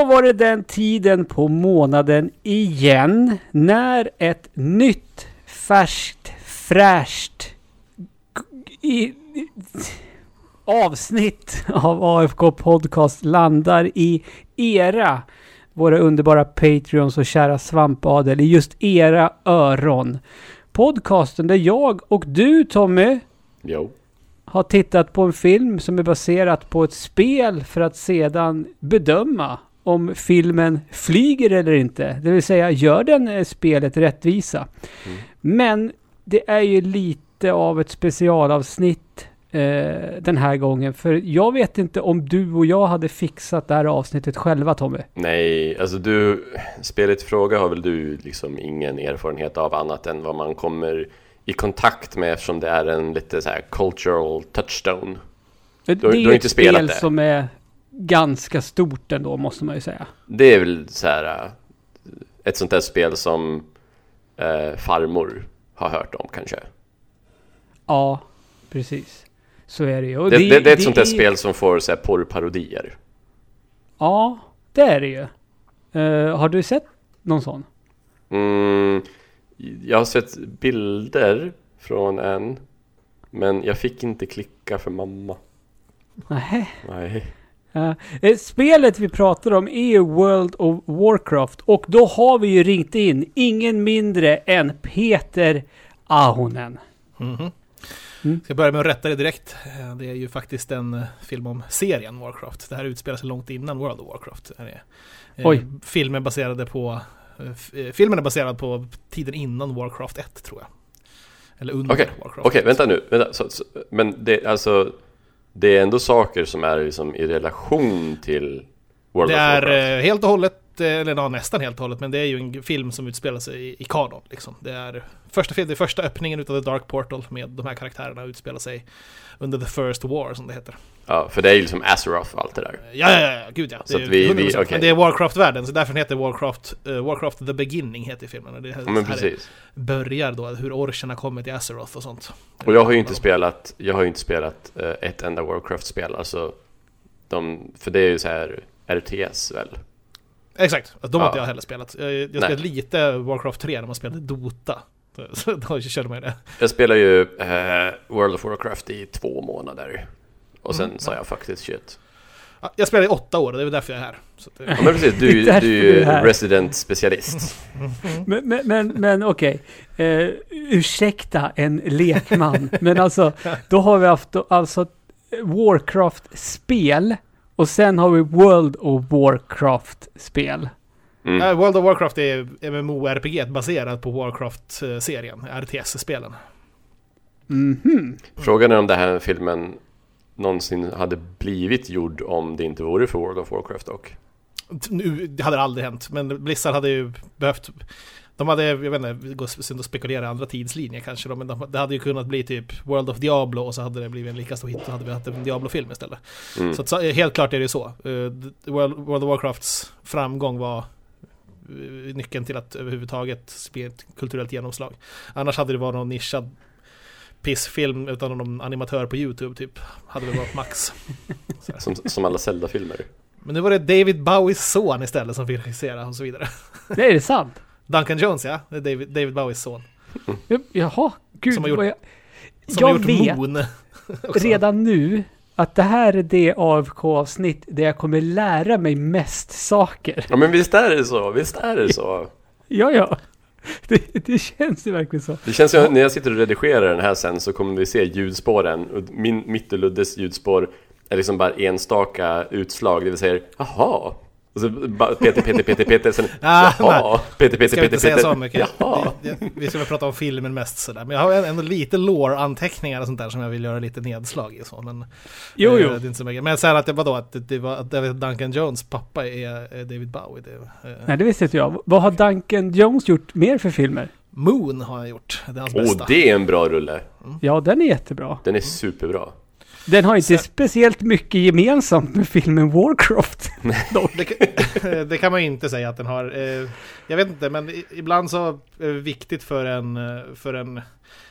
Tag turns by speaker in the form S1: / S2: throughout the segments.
S1: var det den tiden på månaden igen när ett nytt, fräscht avsnitt av AFK Podcast landar i era, våra underbara Patreons och kära svampadel, i just era öron. Podcasten där jag och du, Tommy, har tittat på en film som är baserat på ett spel för att sedan bedöma om filmen flyger eller inte. Det vill säga, gör den spelet rättvisa? Men det är ju lite av ett specialavsnitt den här gången. För jag vet inte om du och jag hade fixat det här avsnittet själva, Tommy.
S2: Nej, alltså spelet i fråga har väl du liksom ingen erfarenhet av annat än vad man kommer i kontakt med, eftersom det är en lite så här cultural touchstone.
S1: Det är ett spel som är ganska stort ändå, måste man ju säga. Det
S2: är väl så här ett sånt där spel som farmor har hört om kanske.
S1: Ja, precis. Så är det ju.
S2: Det är ett sånt där spel som får så här porrparodier.
S1: Ja, det är det ju. Har du sett någon sån?
S2: Jag har sett bilder från en, men jag fick inte klicka för mamma. Nej.
S1: Spelet vi pratar om är World of Warcraft, och då har vi ju ringt in ingen mindre än Peter Ahonen.
S3: Ska börja med att rätta det direkt. Det är ju faktiskt en film om serien Warcraft. Det här utspelar sig långt innan World of Warcraft. Filmen är baserad på tiden innan Warcraft 1, tror jag. Eller under Warcraft.
S2: Okej, vänta nu. Men det, alltså, det är ändå saker som är liksom i relation till World of Warcraft.
S3: Det är helt och hållet, eller nästan helt och hållet, men det är ju en film som utspelar sig i kanon. Liksom. Det är första öppningen utav The Dark Portal med de här karaktärerna utspelar sig under The First War, som det heter.
S2: Ja, för det är ju liksom Azeroth och allt det där.
S3: Ja, gud ja.
S2: Så
S3: Men det är Warcraft-världen, så därför heter Warcraft The Beginning heter filmen. Och det här
S2: precis.
S3: Börjar då, hur orcherna kommer till Azeroth och sånt.
S2: Och jag har ju inte spelat ett enda Warcraft-spel, alltså för det är ju så här RTS väl.
S3: Exakt, de har inte jag heller spelat. Jag spelade lite Warcraft 3 när man spelade Dota. Så då körde man det. Jag
S2: spelar ju World of Warcraft i 2 månader. Och sen sa jag faktiskt shit.
S3: Ja, jag spelade i 8 år, det är därför jag är här. Så
S2: ja, men precis, du är ju resident specialist.
S1: Men okej. Ursäkta en lekman. Men alltså, då har vi haft Warcraft-spel. Och sen har vi World of Warcraft-spel.
S3: World of Warcraft är MMORPG baserad på Warcraft-serien, RTS-spelen.
S2: Frågan är om den här filmen någonsin hade blivit gjord om det inte vore för World of Warcraft dock.
S3: Det hade aldrig hänt, men Blizzard hade ju behövt... De hade, jag vet inte, gå och spekulera andra tidslinjer kanske, men det hade ju kunnat bli typ World of Diablo, och så hade det blivit en lika stor hit, och hade vi haft en Diablo-film istället. Så helt klart är det så. World of Warcrafts framgång var nyckeln till att överhuvudtaget spela ett kulturellt genomslag. Annars hade det varit någon nischad pissfilm utan någon animatör på YouTube typ. Hade det varit max.
S2: som alla Zelda-filmer.
S3: Men nu var det David Bowies son istället som fick regissera och så vidare.
S1: Det är det sant.
S3: Duncan Jones, ja. Det är David Bowies son.
S1: Jaha, gud.
S3: Som har gjort,
S1: jag vet Moon redan nu att det här är det AFK-avsnitt där jag kommer lära mig mest saker.
S2: Ja, men visst är det så.
S1: Ja. Det känns ju verkligen så.
S2: Det känns ju, när jag sitter och redigerar den här sen, så kommer vi se ljudspåren. Och mitt och Luddes ljudspår är liksom bara enstaka utslag. Det vill säga, jaha. Och så Peter sen, jaha. Peter.
S3: Ska vi inte säga så mycket? Vi ska väl prata om filmen mest sådär. Men jag har ändå lite lore-anteckningar och sånt där som jag vill göra lite nedslag i. Så. Men,
S1: jo.
S3: Det är inte så mycket. Men jag säger att det var att Duncan Jones pappa är David Bowie.
S1: Nej, det visste inte jag. Vad har Duncan Jones gjort mer för filmer?
S3: Moon har han gjort. Det är hans bästa.
S2: Det är en bra rulle.
S1: Ja, den är jättebra.
S2: Den är superbra.
S1: Den har inte speciellt mycket gemensamt med filmen Warcraft.
S3: Det kan man ju inte säga att den har. Jag vet inte, men ibland så är det viktigt för en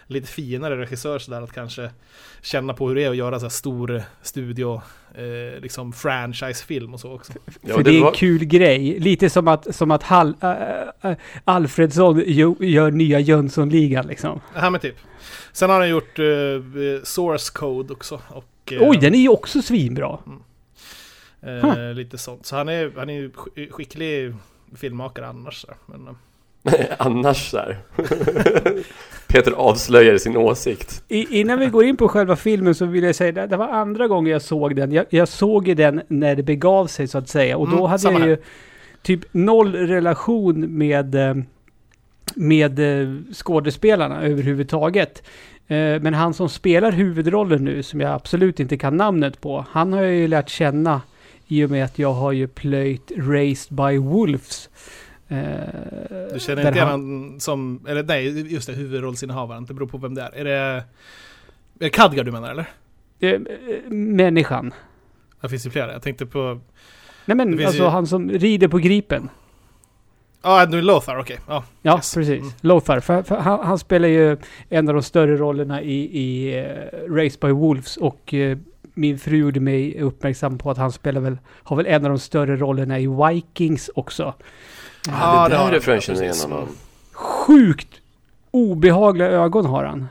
S3: lite finare regissör sådär, att kanske känna på hur det är att göra så här stor studio liksom franchisefilm och så också.
S1: Ja, för det är en kul grej. Lite som att Alfredsson gör nya Jönssonligan liksom.
S3: Ja, men typ. Sen har han gjort Source Code också. Och,
S1: oj, den är ju också svinbra.
S3: Lite sånt. Så han är ju skicklig filmmakare annars. Men,
S2: annars där. Peter avslöjar sin åsikt.
S1: Innan vi går in på själva filmen så vill jag säga att det var andra gången jag såg den. Jag såg den när det begav sig så att säga. Och då hade jag ju typ noll relation med skådespelarna överhuvudtaget. Men han som spelar huvudrollen nu, som jag absolut inte kan namnet på, han har jag ju lärt känna i och med att jag har ju plöjt Raised by Wolves.
S3: Du känner inte han som, eller nej, just det, huvudrollsinnehavaren, det beror på vem det är. Är det Khadgar du menar, eller?
S1: Människan.
S3: Det finns ju flera, jag tänkte på...
S1: Nej men, alltså ju... han som rider på gripen.
S3: Ja, du är Lothar, okej. Okay.
S1: Ja, yes. Precis. Lothar. För han spelar ju en av de större rollerna i Raised by Wolves, och min fru gjorde mig uppmärksam på att han har väl en av de större rollerna i Vikings också.
S2: Ja, det där är Frenchen igen honom.
S1: Sjukt obehagliga ögon har han.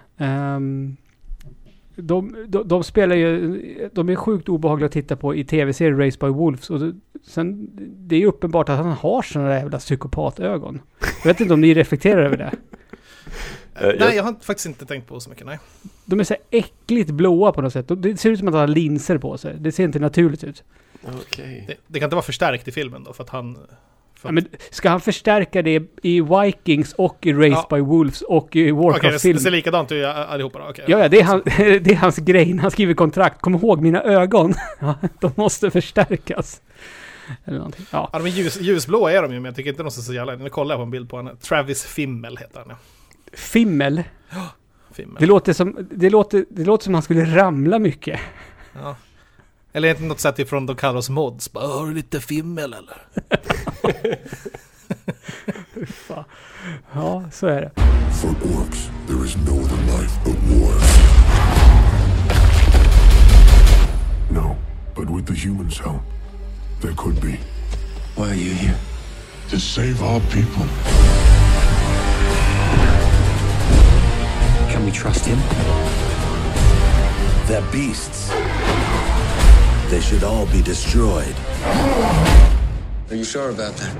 S1: De spelar ju, de är sjukt obehagliga att titta på i tv-serien Raised by Wolves, och sen det är uppenbart att han har såna där jävla psykopatögon. Jag vet inte om ni reflekterar över det.
S3: Nej, jag har faktiskt inte tänkt på så mycket, nej.
S1: De är så äckligt blåa på något sätt. Det ser ut som att han har linser på sig. Det ser inte naturligt ut.
S2: Okay.
S3: Det kan inte vara förstärkt i filmen då, för att han...
S1: Ja, men ska han förstärka det i Vikings och i Raised by Wolves och i Warcraft-film?
S3: Det ser likadant ut allihopa då. Okay.
S1: Ja, det är hans grej. Han skriver kontrakt. Kom ihåg, mina ögon. De måste förstärkas. Eller någonting. Ja.
S3: Ja, de är ljusblåa är de ju, men jag tycker inte de ser så jävla... Nu kollar jag på en bild på honom. Travis Fimmel heter han. Ja.
S1: Fimmel?
S3: Ja, Fimmel.
S1: Det låter som han skulle ramla mycket.
S3: Ja. Eller är det något sätt ifrån de kallar oss mods? Bara, har du lite fimmel eller?
S1: Ja, så är det.
S4: For orcs, there is no other life but war. No, but with the humans' help, there could be.
S5: Why are you here?
S4: To save our people.
S5: Can we trust him?
S6: They're beasts. They should all be destroyed.
S5: Are you sure about that?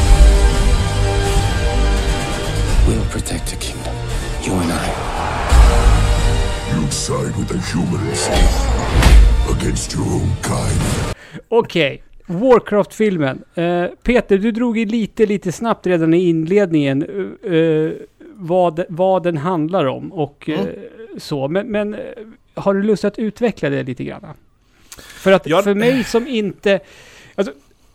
S5: We'll protect the kingdom. You and I.
S4: You side with the humans against your own kind.
S1: Okej, Warcraft-filmen. Peter, du drog in lite snabbt redan i inledningen vad den handlar om och så. Men har du lust att utveckla det lite grann? För att för mig som inte... Alltså,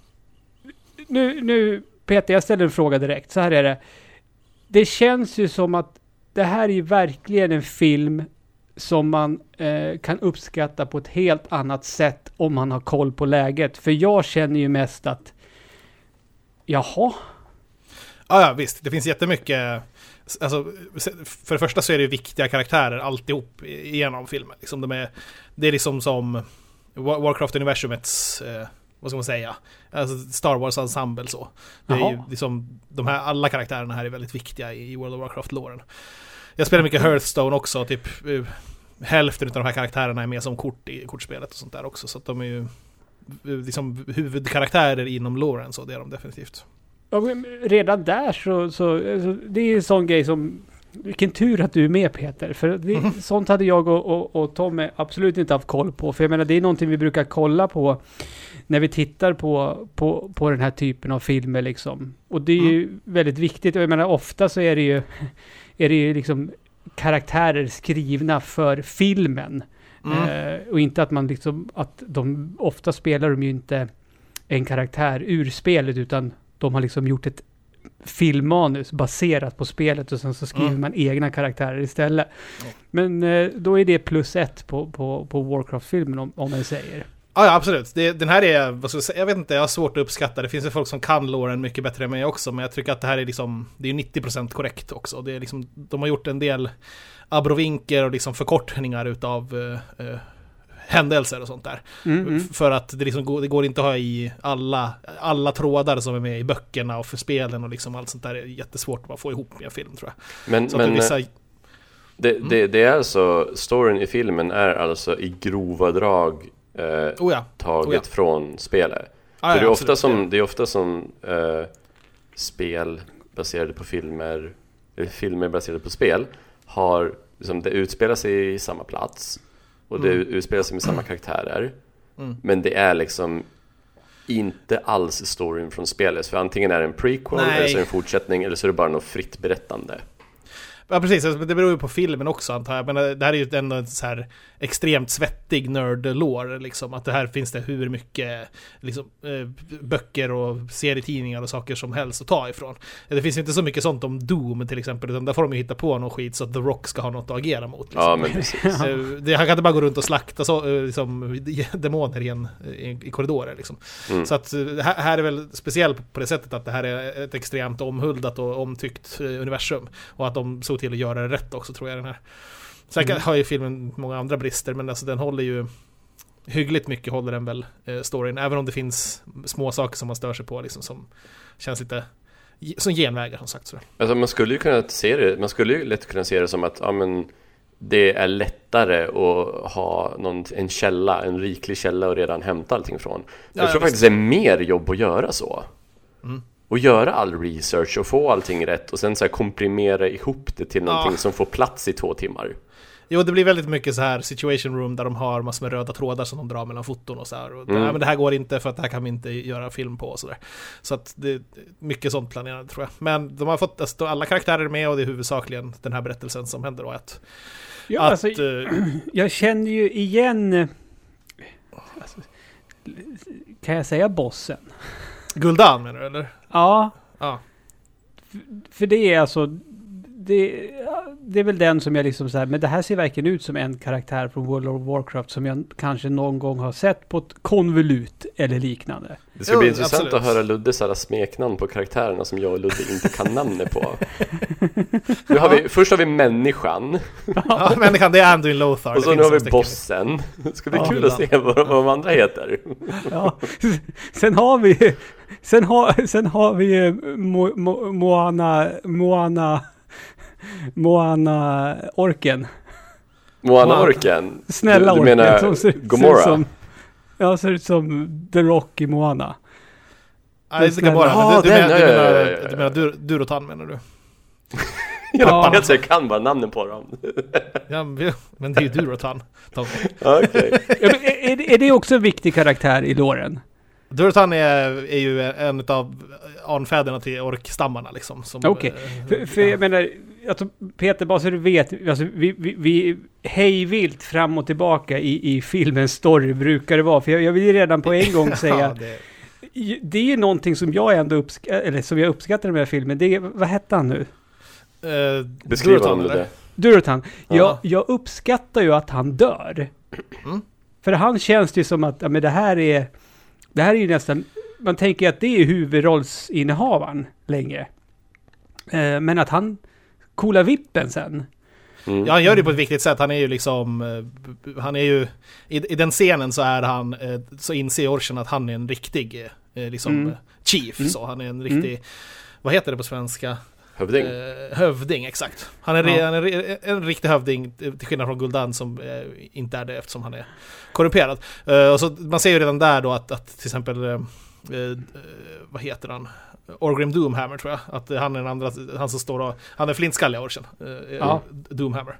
S1: nu Peter, jag ställer en fråga direkt. Så här är det. Det känns ju som att det här är verkligen en film som man kan uppskatta på ett helt annat sätt om man har koll på läget. För jag känner ju mest att jaha.
S3: Ja, visst. Det finns jättemycket... Alltså, för det första så är det viktiga karaktärer alltihop igenom filmen. Liksom det är liksom som Warcraft-universumets... vad ska man säga? Alltså Star Wars-ensemble så. Det är ju liksom, alla karaktärerna här är väldigt viktiga i World of Warcraft-låren. Jag spelar mycket Hearthstone också, typ hälften av de här karaktärerna är med som kort i kortspelet och sånt där också, så att de är ju liksom huvudkaraktärer inom låren, så det är de definitivt.
S1: Ja, men redan där så det är en sån grej som, vilken tur att du är med Peter, för sånt hade jag och Tom absolut inte haft koll på, för jag menar det är någonting vi brukar kolla på när vi tittar på den här typen av filmer liksom. Och det är ju väldigt viktigt, och jag menar ofta så är det ju liksom karaktärer skrivna för filmen. Och inte att man liksom, att de ofta spelar de ju inte en karaktär ur spelet, utan de har liksom gjort ett filmmanus baserat på spelet och sen så skriver man egna karaktärer istället. Men då är det +1 på Warcraft-filmen om man säger.
S3: Ja, absolut. Den här är, vad ska jag säga, jag vet inte, jag har svårt att uppskatta. Det finns ju folk som kan loren mycket bättre än mig också, men jag tycker att det här är liksom, det är 90% korrekt också. Det är liksom, de har gjort en del abrovinker och liksom förkortningar utav händelser och sånt där. För att det, liksom, det går inte att ha i alla trådar som är med i böckerna och för spelen och liksom allt sånt där är jättesvårt att bara få ihop i en film, tror jag.
S2: Men det är alltså, storyn i filmen är alltså i grova drag taget från spelet. För det är ofta som spel baserade på filmer, eller filmer baserade på spel har liksom, det utspelar sig i samma plats och det utspelar sig med samma karaktärer. Men det är liksom inte alls storyn från spelet. För antingen är det en prequel eller så är det en fortsättning, eller så är det bara något fritt berättande.
S3: Ja, precis. Det beror ju på filmen också, antar jag. Men det här är ju ändå en så här extremt svettig nerd-lore, liksom. Att det här finns det hur mycket liksom, böcker och serietidningar och saker som helst att ta ifrån. Det finns inte så mycket sånt om Doom till exempel, utan där får de ju hitta på någon skit så att The Rock ska ha något att agera mot. Liksom.
S2: Ja, men precis.
S3: Han kan inte bara gå runt och slakta liksom, demoner i korridorer. Liksom. Så att här är väl speciellt på det sättet att det här är ett extremt omhuldat och omtyckt universum. Och att de såg till att göra det rätt också, tror jag, den här. Säkert har ju filmen många andra brister, men alltså den håller ju hyggligt mycket, håller den väl storyn, även om det finns små saker som man stör sig på, liksom, som känns lite som genvägar, som sagt.
S2: Alltså man skulle ju lätt kunna se det som att det är lättare att ha en riklig källa och redan hämta allting från. Jag tror faktiskt det är mer jobb att göra så. Och göra all research och få allting rätt och sen så här komprimera ihop det till någonting som får plats i 2 timmar.
S3: Jo, det blir väldigt mycket så här situation room där de har massor med röda trådar som de drar mellan foton och så här. Och men det här går inte för att det här kan vi inte göra film på och så där. Så att det är mycket sånt planerat, tror jag. Men de har fått alltså, alla karaktärer med, och det är huvudsakligen den här berättelsen som händer då.
S1: Alltså, jag känner ju igen, alltså, kan jag säga bossen?
S3: Gul'dan, menar du, eller?
S1: Ja. För det är alltså det är väl den som jag liksom så här, men det här ser verkligen ut som en karaktär från World of Warcraft som jag kanske någon gång har sett på ett konvolut eller liknande.
S2: Det ska bli intressant att höra Luddes alla smeknamn på karaktärerna som jag och Ludde inte kan namnet på. Först har vi människan.
S3: Ja, människan, det är Anduin Lothar.
S2: Och så nu har vi bossen. Det ska bli kul att se vad de andra heter.
S1: Ja. Sen har vi Moana-orken.
S2: Moana-orken?
S1: Snälla orken.
S2: Du menar Gomorra?
S1: Ser ut som The Rock i Moana.
S3: Nej, det är bara. Du menar Durotan, menar du?
S2: Jag kan bara namnen på dem.
S3: Ja, men det är ju Durotan.
S2: Okay.
S1: Är det också en viktig karaktär i loren?
S3: Durotan är ju en av anfäderna till orkstammarna, liksom.
S1: Okej. För jag menar, alltså, Peter, bara så du vet, alltså, vi hejvilt fram och tillbaka i filmens story brukar det vara. För jag vill ju redan på en gång säga det är ju någonting som jag ändå som jag uppskattar i den här filmen. Det är, vad hette han nu?
S2: Beskriv honom det.
S1: Durotan. Jag uppskattar ju att han dör. För han känns ju som att men det här är ju nästan, man tänker att det är huvudrollsinnehavaren länge. Men att han coolar vippen sen.
S3: Ja, han gör det på ett viktigt sätt. Han är ju liksom, han är ju i den scenen så är han, så inser Orchen att han är en riktig liksom chief, så han är en riktig, vad heter det på svenska?
S2: Hövding.
S3: Hövding, exakt. Han är en riktig hövding, till skillnad från Gul'dan som inte är det eftersom han är korrumperad. Och så man ser ju redan där då att till exempel vad heter han? Orgrim Doomhammer, tror jag. Att han är den andra, han som står och, han är flintskalliga Orchen. Doomhammer.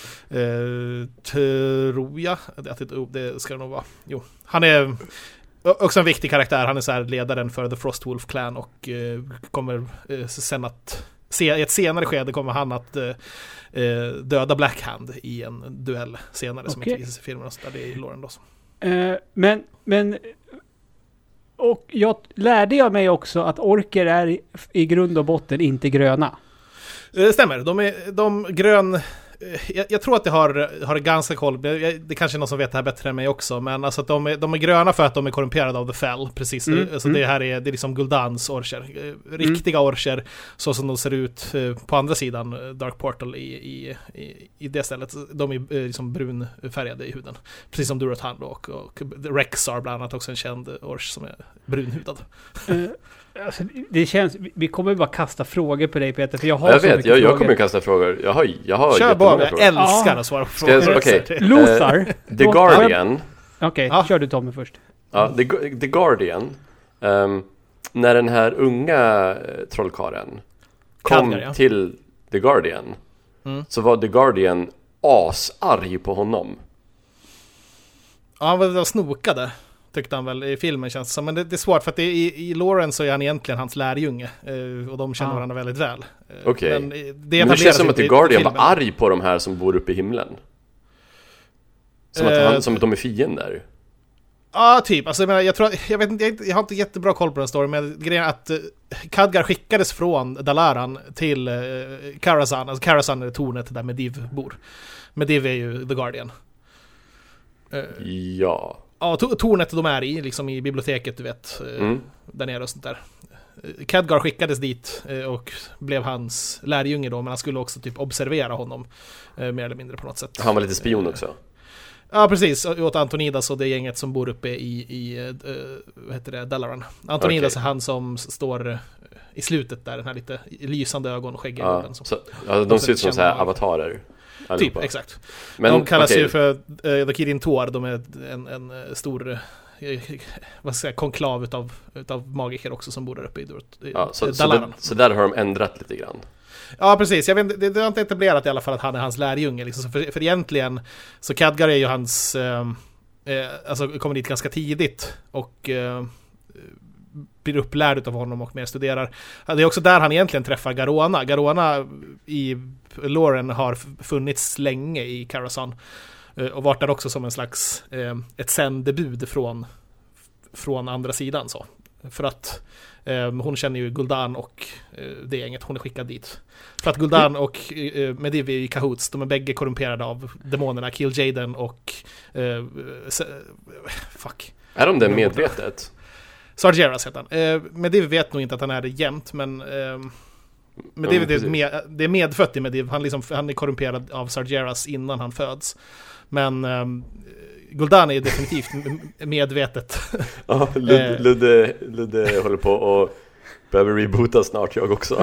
S3: Tror jag. Det ska det nog vara. Jo. Han är också en viktig karaktär. Han är så här ledaren för The Frostwolf Clan och kommer sen att i ett senare skede kommer han att döda Blackhand i en duell senare som inte visas i filmen. Så där det är i Lauren då.
S1: Men och lärde mig också att orker är i grund och botten inte gröna.
S3: Det stämmer. De grön Jag tror att det har ganska koll. Det kanske är någon som vet det här bättre än mig också. Men alltså att de är gröna för att de är korrumperade av The Fell. Precis. Alltså det här är liksom Guldans orcher. Riktiga orcher. Så som de ser ut på andra sidan Dark Portal i det stället. De är liksom brunfärgade i huden. Precis som Durotan och Rexar bland annat också en känd orch som är brunhudad.
S1: Alltså, det känns, vi kommer bara kasta frågor på dig, Peter, för jag har
S2: jag kommer kasta frågor. Jag har
S3: kör bara, jag älskar att svara på frågor.
S1: Lothar.
S2: The Guardian.
S1: Okej, kör du Tommy först.
S2: Ja, The Guardian. När den här unga trollkaren kom till The Guardian, så var The Guardian asarg på honom.
S3: Ja, han var snokade. Tyckte han väl i filmen, känns det som. Men det är svårt för att i Lauren så är han egentligen hans lärjunge. Och de känner varandra väldigt väl.
S2: Okej. Men det känns som att The Guardian var arg på de här som bor uppe i himlen. Som att de är fiender.
S3: Ja, typ. Alltså, jag vet inte, jag har inte jättebra koll på den storyn, men grejen är att Khadgar skickades från Dalaran till Karazhan. Alltså Karazhan är tornet där Medivh bor. Medivh är ju The Guardian.
S2: Ja.
S3: Ja, tornet de är i, liksom i biblioteket, du vet, där nere och sånt där. Khadgar skickades dit och blev hans lärjunge då, men han skulle också typ observera honom mer eller mindre på något sätt.
S2: Han var lite spion också.
S3: Ja, precis. Åt Antonidas och det gänget som bor uppe i vad heter det, Dalaran. Antonidas är han som står i slutet där, den här lite lysande ögon och skäggiga gubben.
S2: De ser ut som så här avatarer.
S3: Typ, exakt. Men, de kallas ju för The Kirin Tor. De är en stor vad ska jag säga, konklav utav magiker också som bor där uppe i Dalaran. Så där har de ändrat lite grann. Ja, precis. Jag vet, det har inte etablerat i alla fall att han är hans lärjunge. Liksom. För egentligen, så Khadgar är ju hans... alltså kommer dit ganska tidigt och blir upplärd av honom och mer studerar. Det är också där han egentligen träffar Garona. Garona i Lauren har funnits länge i Karazhan och varit där också som en slags ett sändebud från andra sidan så. För att hon känner ju Gul'dan och det gänget hon är skickad dit. För att Gul'dan och Medivh är i kahoots. De är bägge korrumperade av demonerna Kil'jaeden och fuck.
S2: Är de det medvetet?
S3: Sargeras heter han. Medivh vet nog inte att han är det jämt, men Medivh det är medfött i Medivh. Han är korrumperad av Sargeras innan han föds. Men Gul'dan är definitivt medvetet. Ja,
S2: Ludde håller på och behöver reboota snart, jag också.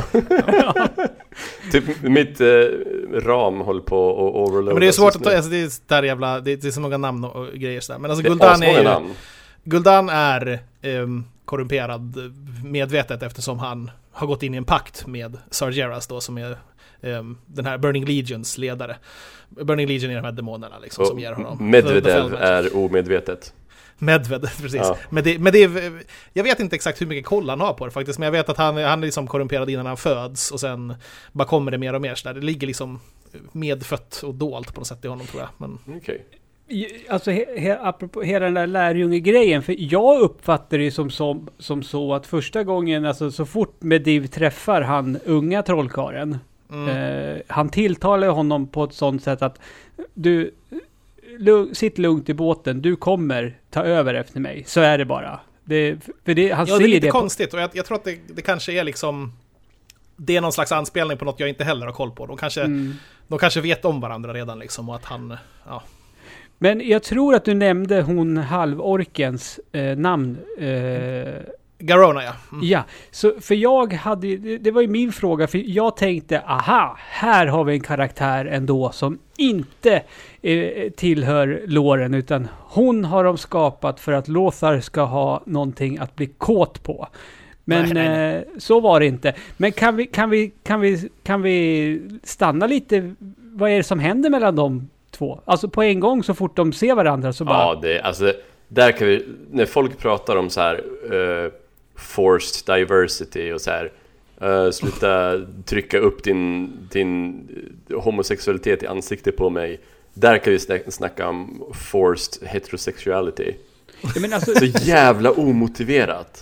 S2: Typ mitt ram håller på och overloada.
S3: Men det är svårt att ta, alltså, det är så många namn och grejer sådär. Men alltså Gul'dan är korrumperad medvetet eftersom han har gått in i en pakt med Sargeras då, som är den här Burning Legions ledare. Burning Legion är de här demonerna liksom, som ger honom.
S2: Medvedev är omedvetet.
S3: Medvedev, precis. Ja. Men jag vet inte exakt hur mycket koll han har på det faktiskt, men jag vet att han är liksom korrumperad innan han föds och sen bara kommer det mer och mer så där. Det ligger liksom medfött och dolt på något sätt i honom, tror jag. Men...
S2: Okej.
S1: Alltså apropå hela den där lärjunge-grejen, för jag uppfattar det som så att första gången, alltså så fort Medivh träffar han unga trollkaren, han tilltalar honom på ett sånt sätt att du sitt lugnt i båten, du kommer ta över efter mig, så är det bara. Han
S3: det är lite konstigt och jag tror att det kanske är liksom, det är någon slags anspelning på något jag inte heller har koll på. De kanske vet om varandra redan liksom, och att han, ja.
S1: Men jag tror att du nämnde hon halvorkens namn.
S3: Garona, ja.
S1: Ja, så för jag hade, det var ju min fråga, för jag tänkte, aha, här har vi en karaktär ändå som inte tillhör Lauren, utan hon har de skapat för att Lothar ska ha någonting att bli kåt på. Men nej. Så var det inte. Men kan vi stanna lite, vad är det som händer mellan dem två? Alltså på en gång, så fort de ser varandra så bara...
S2: Ja, alltså där kan vi, när folk pratar om så här forced diversity och så här, sluta trycka upp din homosexualitet i ansiktet på mig, där kan vi snacka om forced heterosexuality.
S1: Ja, men alltså...
S2: Så jävla omotiverat.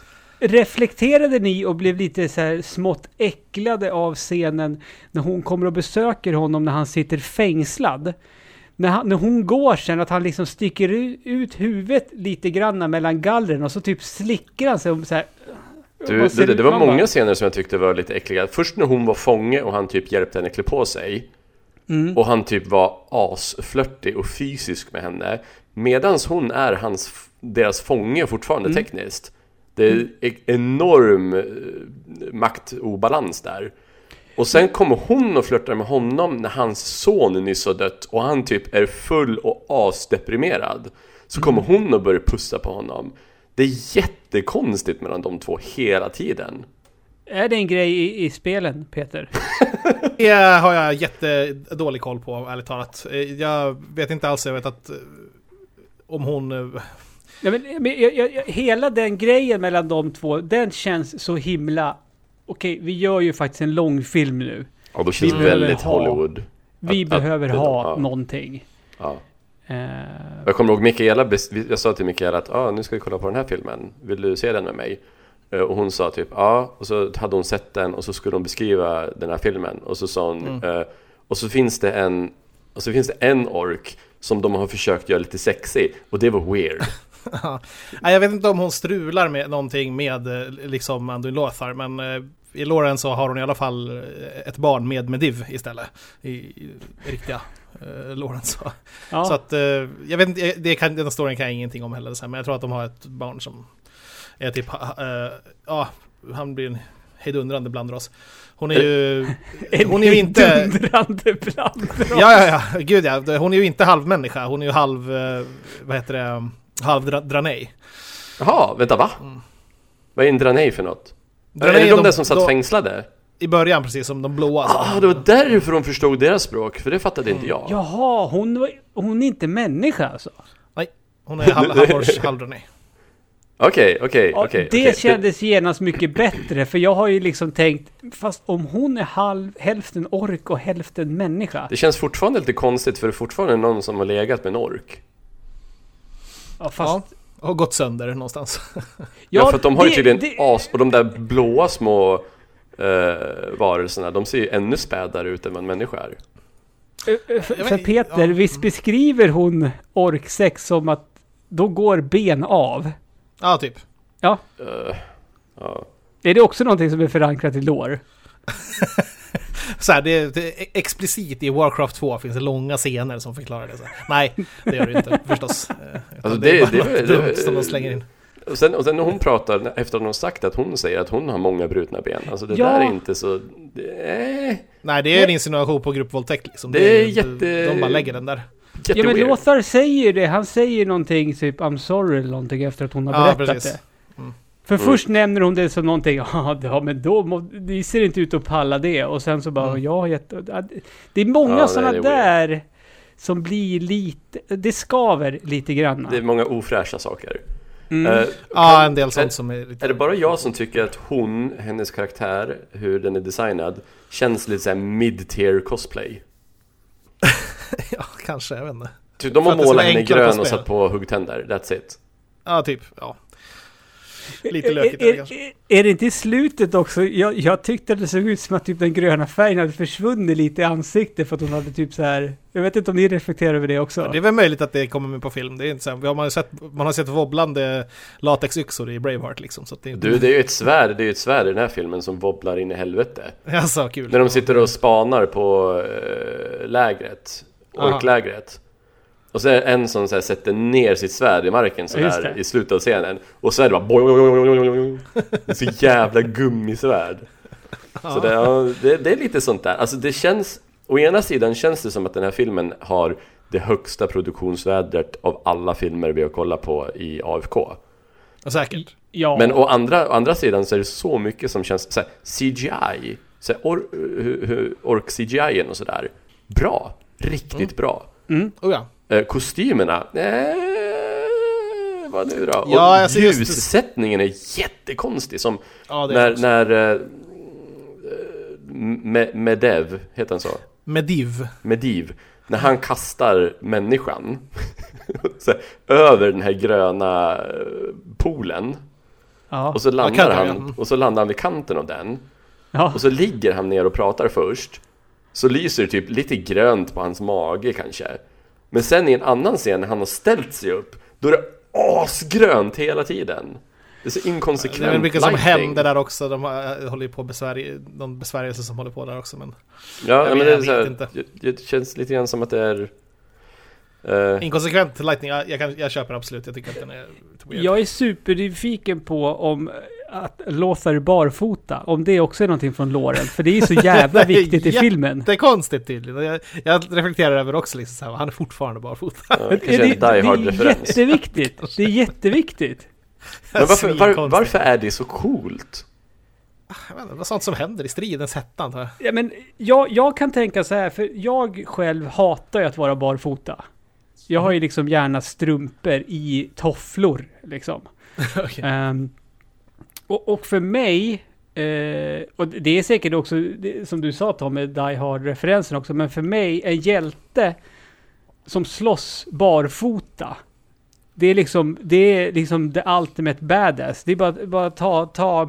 S1: reflekterade ni och blev lite så här smått äcklade av scenen när hon kommer och besöker honom när han sitter fängslad? När hon går sen, att han liksom sticker ut huvudet lite grann mellan gallren och så typ slickar han sig om så här.
S2: Det var många scener som jag tyckte var lite äckliga. Först när hon var fånge och han typ hjälpte henne klä på sig. Och han typ var asflörtig och fysisk med henne. Medans hon är deras fånge fortfarande tekniskt. Det är enorm maktobalans där. Och sen kommer hon och flörtar med honom när hans son nyss har dött och han typ är full och asdeprimerad. Så kommer hon och börjar pussa på honom. Det är jättekonstigt mellan de två hela tiden.
S1: Är det en grej i spelen, Peter?
S3: Det har jag jättedålig koll på, ärligt talat. Jag vet inte alls, jag vet att om hon...
S1: Ja, men hela den grejen mellan de två, den känns så himla... Okej, vi gör ju faktiskt en långfilm nu.
S2: Ja, då känns väldigt Hollywood.
S1: Vi behöver ha någonting.
S2: Ja. Jag kommer ihåg Mikaela, jag sa till Mikaela att nu ska vi kolla på den här filmen. Vill du se den med mig? Och hon sa typ och så hade hon sett den och så skulle hon beskriva den här filmen och så sa hon och så finns det en ork som de har försökt göra lite sexy och det var weird.
S3: Jag vet inte om hon strular med någonting med liksom Anduin Lothar, men i Lauren så har hon i alla fall ett barn med Medivh istället i riktiga Lauren så. Ja. Så att jag vet inte, den storyn kan jag ingenting om heller så här, men jag tror att de har ett barn som är typ han blir en hejdundrande blandras. Hon är ju inte
S1: hejdundrande blandras.
S3: Ja, gud ja, hon är ju inte halvmänniska, hon är ju halv Draenei.
S2: Jaha, vänta, va? Vad är en Draenei för något? Draenei är det de där som satt fängslade?
S3: I början, precis som de blåa.
S2: Det var därför de förstod deras språk, för det fattade inte jag.
S1: Jaha, hon är inte människa alltså?
S3: Nej, hon är halv Draenei.
S2: Okej.
S1: Det kändes genast mycket bättre, för jag har ju liksom tänkt, fast om hon är hälften ork och hälften människa.
S2: Det känns fortfarande lite konstigt, för det är fortfarande någon som har legat med en ork.
S3: Ja, fast... och gått sönder någonstans.
S2: Ja, för att de har ju tydligen as, och de där blåa små varelserna, de ser ju ännu spädare ut än vad en människa är.
S1: För Peter, visst beskriver hon orksex som att då går ben av?
S3: Ja, typ.
S1: Ja. Är det också någonting som är förankrat i lore?
S3: Så här, det är explicit i Warcraft 2 finns det långa scener som förklarar det. Så. Nej, det gör det inte förstås.
S2: Alltså
S3: det är bara dumt som de slänger in.
S2: Och sen när hon pratar, efter att hon sagt att hon säger att hon har många brutna ben. Alltså det där är inte så...
S3: Nej, det är en insinuation på gruppvåldtäkt liksom.
S2: Det är
S3: de bara lägger den där.
S1: Ja, men Lothar säger det. Han säger någonting typ I'm sorry eller någonting efter att hon har berättat
S3: precis.
S1: Det. För först nämner hon det som någonting, men då det ser inte ut att palla det. Och sen så bara, det är många sådana där som blir lite, det skaver lite grann.
S2: Det är många ofräscha saker.
S3: En del sånt som är lite...
S2: Är det bara jag som tycker att hennes karaktär, hur den är designad, känns lite såhär mid-tier cosplay?
S3: Ja, kanske, jag vet inte.
S2: Typ, de har målat henne grön och satt på huggtänder, that's it.
S3: Ja, typ, lite lökigt
S1: är det inte i slutet också? Jag tyckte att det såg ut som att typ den gröna färgen hade försvunnit lite i ansiktet för att hon hade typ så här. Jag vet inte om ni reflekterar över det också.
S3: Ja, det är väl möjligt att det kommer med på film. Det är inte så här, man har sett wobblande latexyxor i Braveheart liksom, så att det är inte...
S2: det är ju ett svärd, i den här filmen som wobblar in i helvete.
S3: Alltså, kul.
S2: När de sitter och spanar på lägret, orklägret. Och så är det en som så här, sätter ner sitt svärd i marken så där, i slutet av scenen. Och så är det bara det är så jävla gummisvärd. Så det är lite sånt där. Alltså det känns, å ena sidan känns det som att den här filmen har det högsta produktionsvärdet av alla filmer vi har kollat på i AFK.
S3: Ja, säkert.
S2: Ja. Men å andra sidan så är det så mycket som känns så här, CGI, så här, ork CGI och sådär. Bra, riktigt bra. Kostymerna vad nu då? Och ljussättningen är jättekonstig som när Medivh heter han så? Medivh när han kastar människan så här, över den här gröna poolen.
S1: Ja.
S2: Och så landar han vid kanten av den.
S1: Ja.
S2: Och så ligger han ner och pratar först. Så lyser det typ lite grönt på hans mage kanske. Men sen i en annan scen när han har ställt sig upp, då är det asgrönt hela tiden. Det är så inkonsekvent.
S3: Det är mycket som händer där också. De håller ju på någon besvärjelse som håller på där också. Men
S2: men det är så här, det känns lite grann som att det är
S3: inkonsekvent lightning. Jag köper absolut. Jag tycker att den är weird.
S1: Jag är supernyfiken på om att Lothar barfota, om det också är någonting från låren, för det är så jävla viktigt i filmen.
S3: Det är konstigt tydligen. Jag reflekterar över också liksom så här, han är fortfarande barfota.
S2: Det är
S1: jätteviktigt. Det är jätteviktigt.
S2: Men varför är det så coolt?
S3: Jag vet inte, det var sånt som händer i stridens hetta, antar jag.
S1: Ja, men jag kan tänka så här, för jag själv hatar ju att vara barfota. Jag har ju liksom gärna strumpor i tofflor liksom.
S3: Okay.
S1: Och för mig, och det är säkert också som du sa Tom med Die Hard-referensen också, men för mig en hjälte som slåss barfota, det är liksom the ultimate badass. Det är bara ta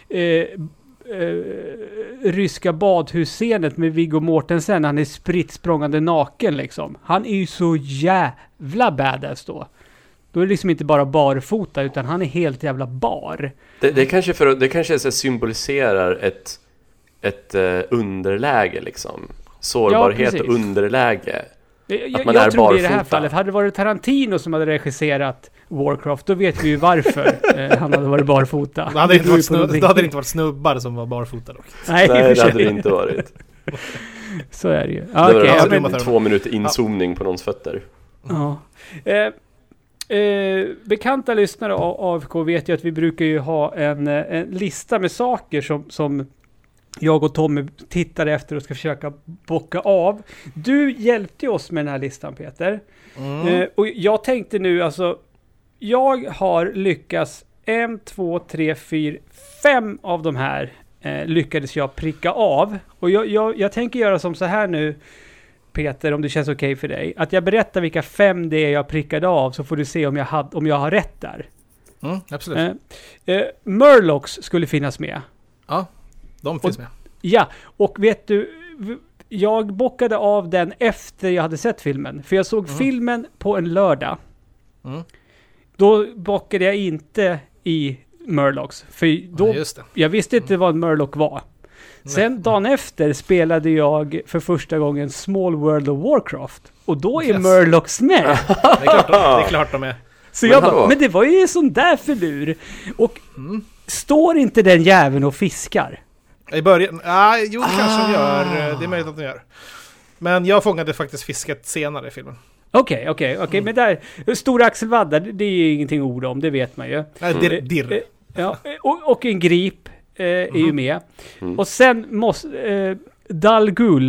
S1: ryska badhusscenet med Viggo Mortensen. Han är spritt språngande naken liksom. Han är ju så jävla badass då. Då är det liksom inte bara barfota, utan han är helt jävla bar.
S2: Det kanske så symboliserar ett underläge liksom. Sårbarhet och underläge.
S1: Jag tror det i det här fallet. Hade det varit Tarantino som hade regisserat Warcraft, då vet vi ju varför han hade varit barfota.
S3: Det hade inte varit snubbar som var barfota dock.
S2: Nej, det hade det inte varit.
S1: Så är det ju.
S2: Det var 2 minuter inzoomning på någons fötter.
S1: Ja. Bekanta lyssnare av AFK vet ju att vi brukar ju ha en lista med saker som jag och Tommy tittar efter och ska försöka bocka av. Du hjälpte oss med den här listan, Peter. Och jag tänkte nu, alltså, jag har lyckats 1, 2, 3, 4, 5 av de här lyckades jag pricka av. Och jag tänker göra som så här nu, Peter, om det känns okej för dig. Att jag berättar vilka 5 det är jag prickade av, så får du se om jag har rätt där.
S3: Absolut.
S1: Murlocs skulle finnas med.
S3: Ja, de finns med.
S1: Ja, och vet du, jag bockade av den efter jag hade sett filmen. För jag såg filmen på en lördag. Då bockade jag inte i Murlocs. För då, jag visste inte vad en Murloc var. Sen dagen efter spelade jag för första gången Small World of Warcraft. Och då är Murlocs med.
S3: Det är klart de är.
S1: Så jag bara, men det var ju en sån där förlur. Och står inte den jäveln och fiskar?
S3: I början, kanske de gör. Det är möjligt att de gör. Men jag fångade faktiskt fisket senare i filmen.
S1: Okej. Men där, stora axelvaddar, det är ju ingenting ord om, det vet man ju.
S3: Dirr.
S1: Ja, och en grip är ju med. Och sen måste Dargul,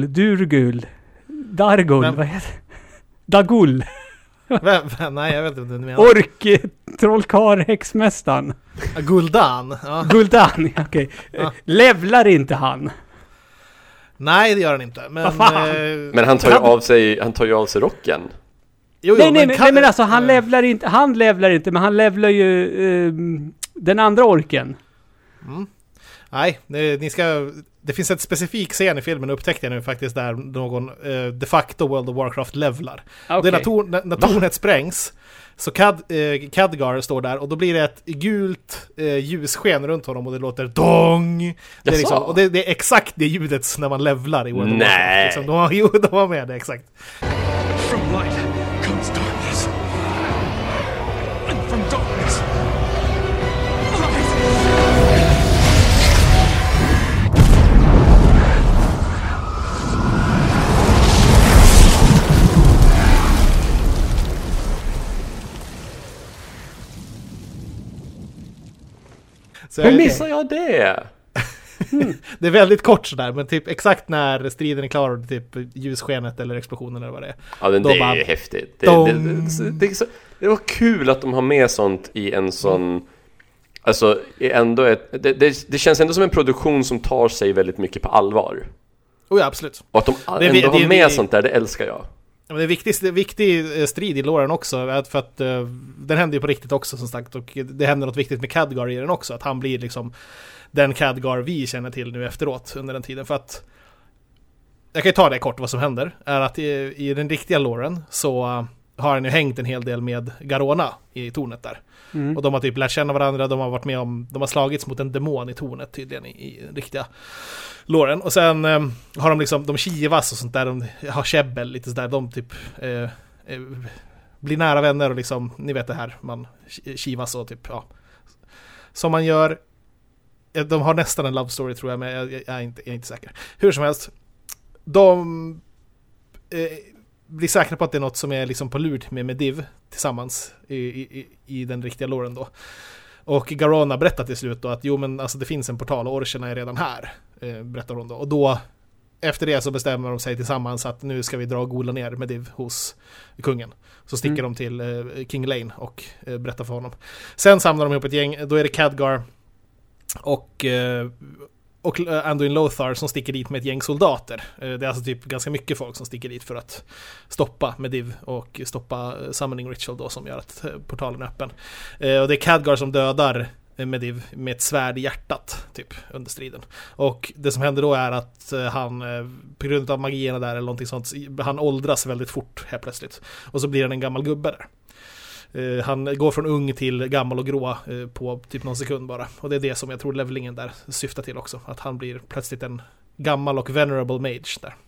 S1: vad heter det? Dagul.
S3: Nej, jag vet inte vad du menar.
S1: Ork, trollkarl, häxmästaren.
S3: Gul'dan. Ja.
S1: Gul'dan, okej. Levlar inte han?
S3: Nej, det gör han inte.
S2: Men han tar ju av sig rocken.
S1: Nej, men alltså han levlar inte, men han levlar ju den andra orken.
S3: Nej, det finns ett specifik scen i filmen, upptäckte jag nu faktiskt, där någon de facto World of Warcraft levlar. Det är när tornet sprängs, så Khadgar står där, och då blir det ett gult ljussken runt honom, och det låter dong. Det är liksom, och det är exakt det ljudet när man levlar i World of Warcraft. Liksom. De var med det, exakt.
S5: From light comes darkness. And from darkness, light.
S2: Hur missar jag det?
S3: Det är väldigt kort sådär, men typ exakt när striden är klar och typ ljusskenet eller explosionen eller vad det är.
S2: Ja, men det är ju häftigt. Det var kul att de har med sånt i en sån... Alltså, det känns ändå som en produktion som tar sig väldigt mycket på allvar.
S3: Oh ja, absolut.
S2: Och att de ändå har med sånt där, det älskar jag.
S3: Ja, men det är viktig strid i låren också, för att den händer ju på riktigt också som sagt, och det händer något viktigt med Khadgar i den också, att han blir liksom den Khadgar vi känner till nu efteråt under den tiden. För att jag kan ju ta det kort vad som händer, är att i den riktiga låren så har han ju hängt en hel del med Garona i tornet där. Och de har typ lärt känna varandra, de har varit med om, de har slagits mot en demon i tornet tydligen i den riktiga låren. Och sen har de liksom, de kivas och sånt där, de har käbbel lite sådär, de typ blir nära vänner och liksom, ni vet det här, man kivas och typ, ja, som man gör. De har nästan en love story tror jag, men jag är inte säker. Hur som helst, de blir säkra på att det är något som är liksom på lur med Medivh tillsammans i den riktiga låren då. Och Garona berättar till slut då att jo men alltså det finns en portal och orcherna är redan här, berättar hon då. Och då efter det så bestämmer de sig tillsammans att nu ska vi dra och gola ner Medivh hos kungen. Så sticker de till King Lane och berättar för honom. Sen samlar de ihop ett gäng, då är det Khadgar och Anduin Lothar som sticker dit med ett gäng soldater. Det är alltså typ ganska mycket folk som sticker dit för att stoppa Medivh och stoppa Summoning Ritual då, som gör att portalen är öppen. Och det är Khadgar som dödar Medivh med ett svärd i hjärtat typ under striden. Och det som händer då är att han på grund av magierna där eller någonting sånt, han åldras väldigt fort helt plötsligt. Och så blir han en gammal gubbe där. Han går från ung till gammal och grå på typ någon sekund bara. Och det är det som jag tror levelingen där syftar till också. Att han blir plötsligt en gammal och venerable mage där.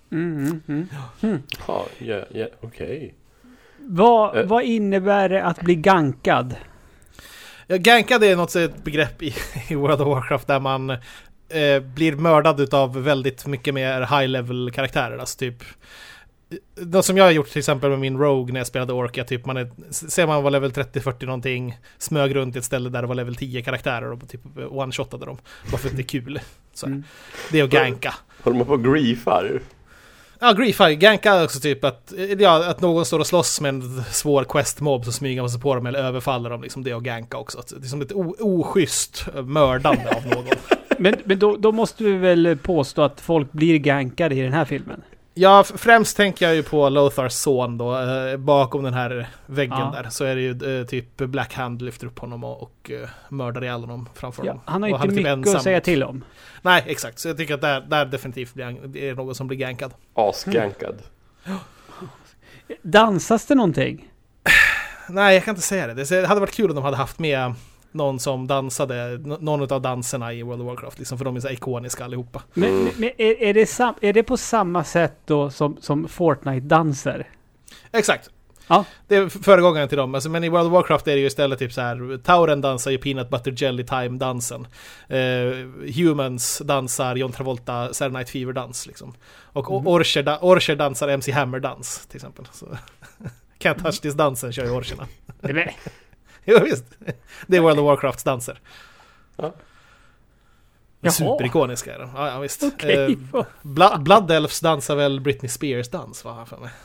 S2: Ja, okej.
S1: Vad innebär det att bli gankad?
S3: Ja, gankad är något ett begrepp i World of Warcraft där man blir mördad utav väldigt mycket mer high-level karaktärer. Alltså typ något som jag har gjort till exempel med min Rogue när jag spelade Orca, typ ser man var level 30-40 någonting, smög runt i ett ställe där det var level 10 karaktärer och typ one-shotade dem. Bara för att det är kul. Så, det är att ganka.
S2: Håller man på och griefar?
S3: Ja, griefar. Ganka också typ att någon står och slåss med en svår quest-mob, så smyger man sig på dem eller överfaller dem. Liksom det är att ganka också. Det är som ett oschysst mördande av någon.
S1: Men då måste vi väl påstå att folk blir gankade i den här filmen? Ja,
S3: främst tänker jag ju på Lothars son då, bakom den här väggen där, så är det ju typ Black Hand lyfter upp honom och mördar ihjäl honom framför honom.
S1: Han har
S3: och
S1: inte mycket ensam att säga till om.
S3: Nej, exakt. Så jag tycker att där definitivt är någon som blir gankad.
S2: Asgankad.
S1: Dansas det någonting?
S3: Nej, jag kan inte säga det. Det hade varit kul om de hade haft med någon som dansade, någon av danserna i World of Warcraft, liksom, för de är så ikoniska allihopa.
S1: Men är det på samma sätt då som Fortnite-danser?
S3: Exakt.
S1: Ja.
S3: Det är föregångaren till dem. Alltså, men i World of Warcraft är det ju istället typ så här, Tauren dansar ju Peanut Butter Jelly Time-dansen. Humans dansar John Travolta Saturday Night Fever-dans liksom. Och Orcher dansar MC Hammer-dans till exempel. Så Can't Touch This-dansen kör ju Orcherna. Jo, visst. Det är World of Warcrafts danser. Ja. Superikoniska är de. Ja, visst.
S1: Okay.
S3: Blood Elves dansar väl Britney Spears dans, va? För mig.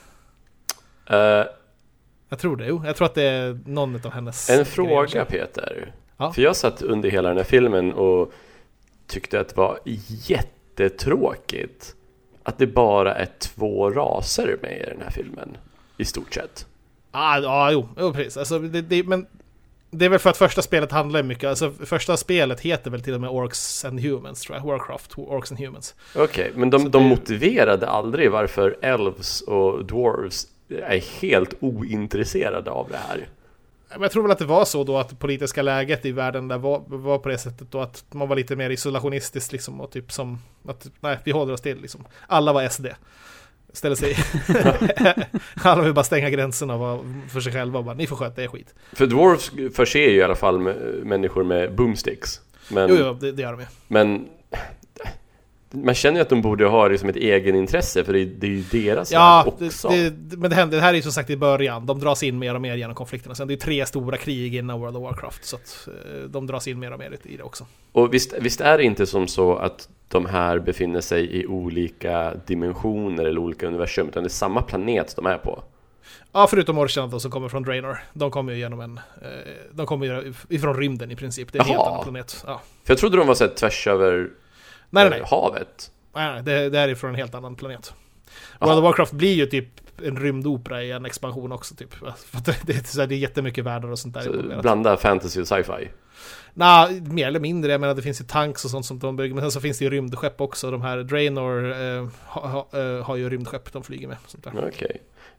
S3: Jag tror det, jag tror att det är någon av hennes.
S2: En fråga, Peter.
S3: Ja.
S2: För jag satt under hela den här filmen och tyckte att det var jättetråkigt att det bara är 2 raser med i den här filmen. I stort sett.
S3: Jo, precis. Alltså, men det är väl för att första spelet handlar mycket. Alltså första spelet heter väl till och med Orcs and Humans, tror jag. Warcraft, Orcs and Humans.
S2: Okej, men de motiverade aldrig varför elves och dwarves är helt ointresserade av det här.
S3: Men jag tror väl att det var så då att det politiska läget i världen där var på det sättet då, att man var lite mer isolationistisk liksom, och typ som att nej, vi håller oss till liksom. Alla var SD. Ställer sig alla vill bara stänga gränserna för sig själva och bara, ni får sköta er skit.
S2: För dwarves förser ju i alla fall människor med boomsticks. Men,
S3: jo, det gör de ju.
S2: Men man känner ju att de borde ha liksom ett egen intresse, för det är ju deras också.
S3: Men det här är ju som sagt i början. De dras in mer och mer genom konflikterna. Sen det är 3 stora krig innan World of Warcraft, så att de dras in mer och mer i det också. Och
S2: visst är det inte som så att de här befinner sig i olika dimensioner eller olika universum, utan det är samma planet de är på?
S3: Ja, förutom Orcherna då, som kommer från Draenor. De kommer ju genom de kommer ju ifrån rymden i princip. Det är en helt annan planet. Ja.
S2: För jag trodde de var så tvärs över
S3: nej.
S2: havet.
S3: Nej, det är ifrån en helt annan planet. World of Warcraft blir ju typ en rymdopera i en expansion också typ. För att det är jättemycket världar och sånt där.
S2: Så blanda fantasy och sci-fi.
S3: Nej, mer eller mindre. Jag menar, det finns ju tanks och sånt som de bygger. Men sen så finns det ju rymdskepp också. De här Draenor har ju rymdskepp de flyger med.
S2: Okej.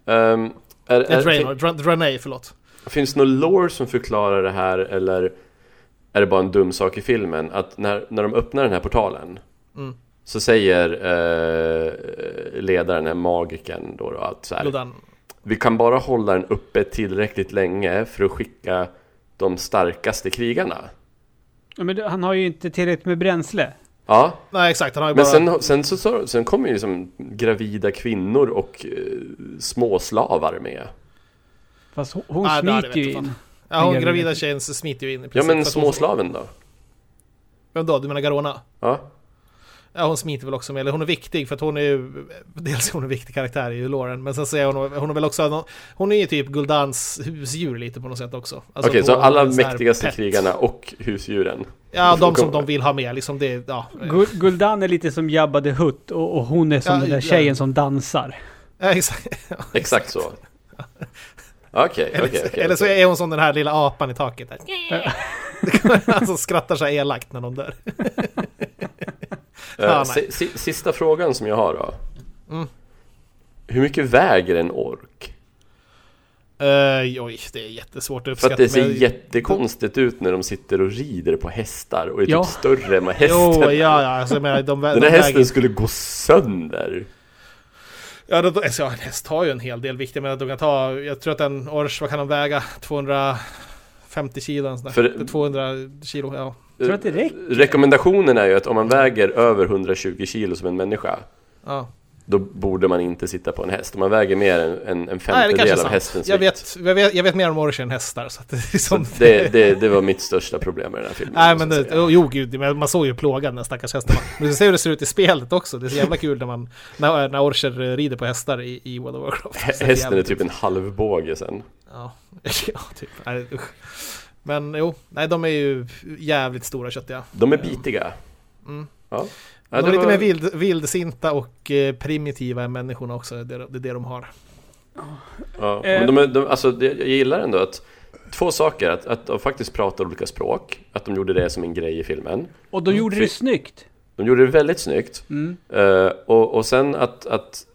S3: Draenei, förlåt.
S2: Finns det någon lore som förklarar det här, eller är det bara en dum sak i filmen? Att när de öppnar den här portalen så säger ledaren, magiken då att så här, vi kan bara hålla den uppe tillräckligt länge för att skicka de starkaste krigarna.
S1: Ja, men han har ju inte tillräckligt med bränsle.
S2: Ja.
S3: Nej, exakt. Han har ju
S2: men
S3: bara...
S2: sen kommer ju liksom gravida kvinnor och småslavar med.
S1: Fast hon smiter ju in.
S3: Ja, hon gravida tjejen smiter ju in i princip.
S2: Ja, men småslaven då?
S3: Vem då? Du menar Garona?
S2: Ja.
S3: Ja, hon smiter väl också med. Eller hon är viktig för att hon är ju... Dels är hon en viktig karaktär i Loren. Men sen säger hon är väl också... Hon är ju typ Guldans husdjur lite på något sätt också. Alltså
S2: okej, så alla mäktigaste krigarna och husdjuren.
S3: Ja, de som de vill ha med. Liksom det, ja.
S1: Guldan är lite som Jabba the Hutt. Och hon är som den där tjejen som dansar.
S3: Ja, exakt.
S2: Exakt så. Okej.
S3: Eller så är hon som den här lilla apan i taket. Alltså skrattar så elakt när de dör.
S2: Sista frågan som jag har då. Hur mycket väger en ork?
S3: Oj, det är jättesvårt att uppskatta.
S2: För att det ser jättekonstigt ut när de sitter och rider på hästar och är typ större än hästen.
S3: Jo, ja. Alltså, den
S2: här hästen skulle gå sönder.
S3: Ja, en häst har ju en hel del viktiga, men de kan jag tror att en ors, vad kan de väga? 250 kilo. För 200 kilo, ja.
S1: Jag tror att det räcker.
S2: Rekommendationen är ju att om man väger över 120 kilo som en människa, då borde man inte sitta på en häst. Om man väger mer än en femtedel av hästens vikt.
S3: Jag vet mer om orcher än hästar. Så att det, är som...
S2: det var mitt största problem med den här filmen.
S3: Nej, men gud, man såg ju plågan den stackars hästarna. Men du ser hur det ser ut i spelet också. Det är så jävla kul när orcher rider på hästar i World of Warcraft.
S2: Hästen är typ en halvbåge sen.
S3: Ja, typ. Nej, men de är ju jävligt stora köttiga.
S2: De är bitiga. Ja.
S3: De är lite mer vildsinta och primitiva än människorna också. Det är det de har.
S2: Ja, men alltså, jag gillar ändå att två saker, att de faktiskt pratar olika språk, att de gjorde det som en grej i filmen.
S1: Och de gjorde det snyggt.
S2: De gjorde det väldigt snyggt. Och sen att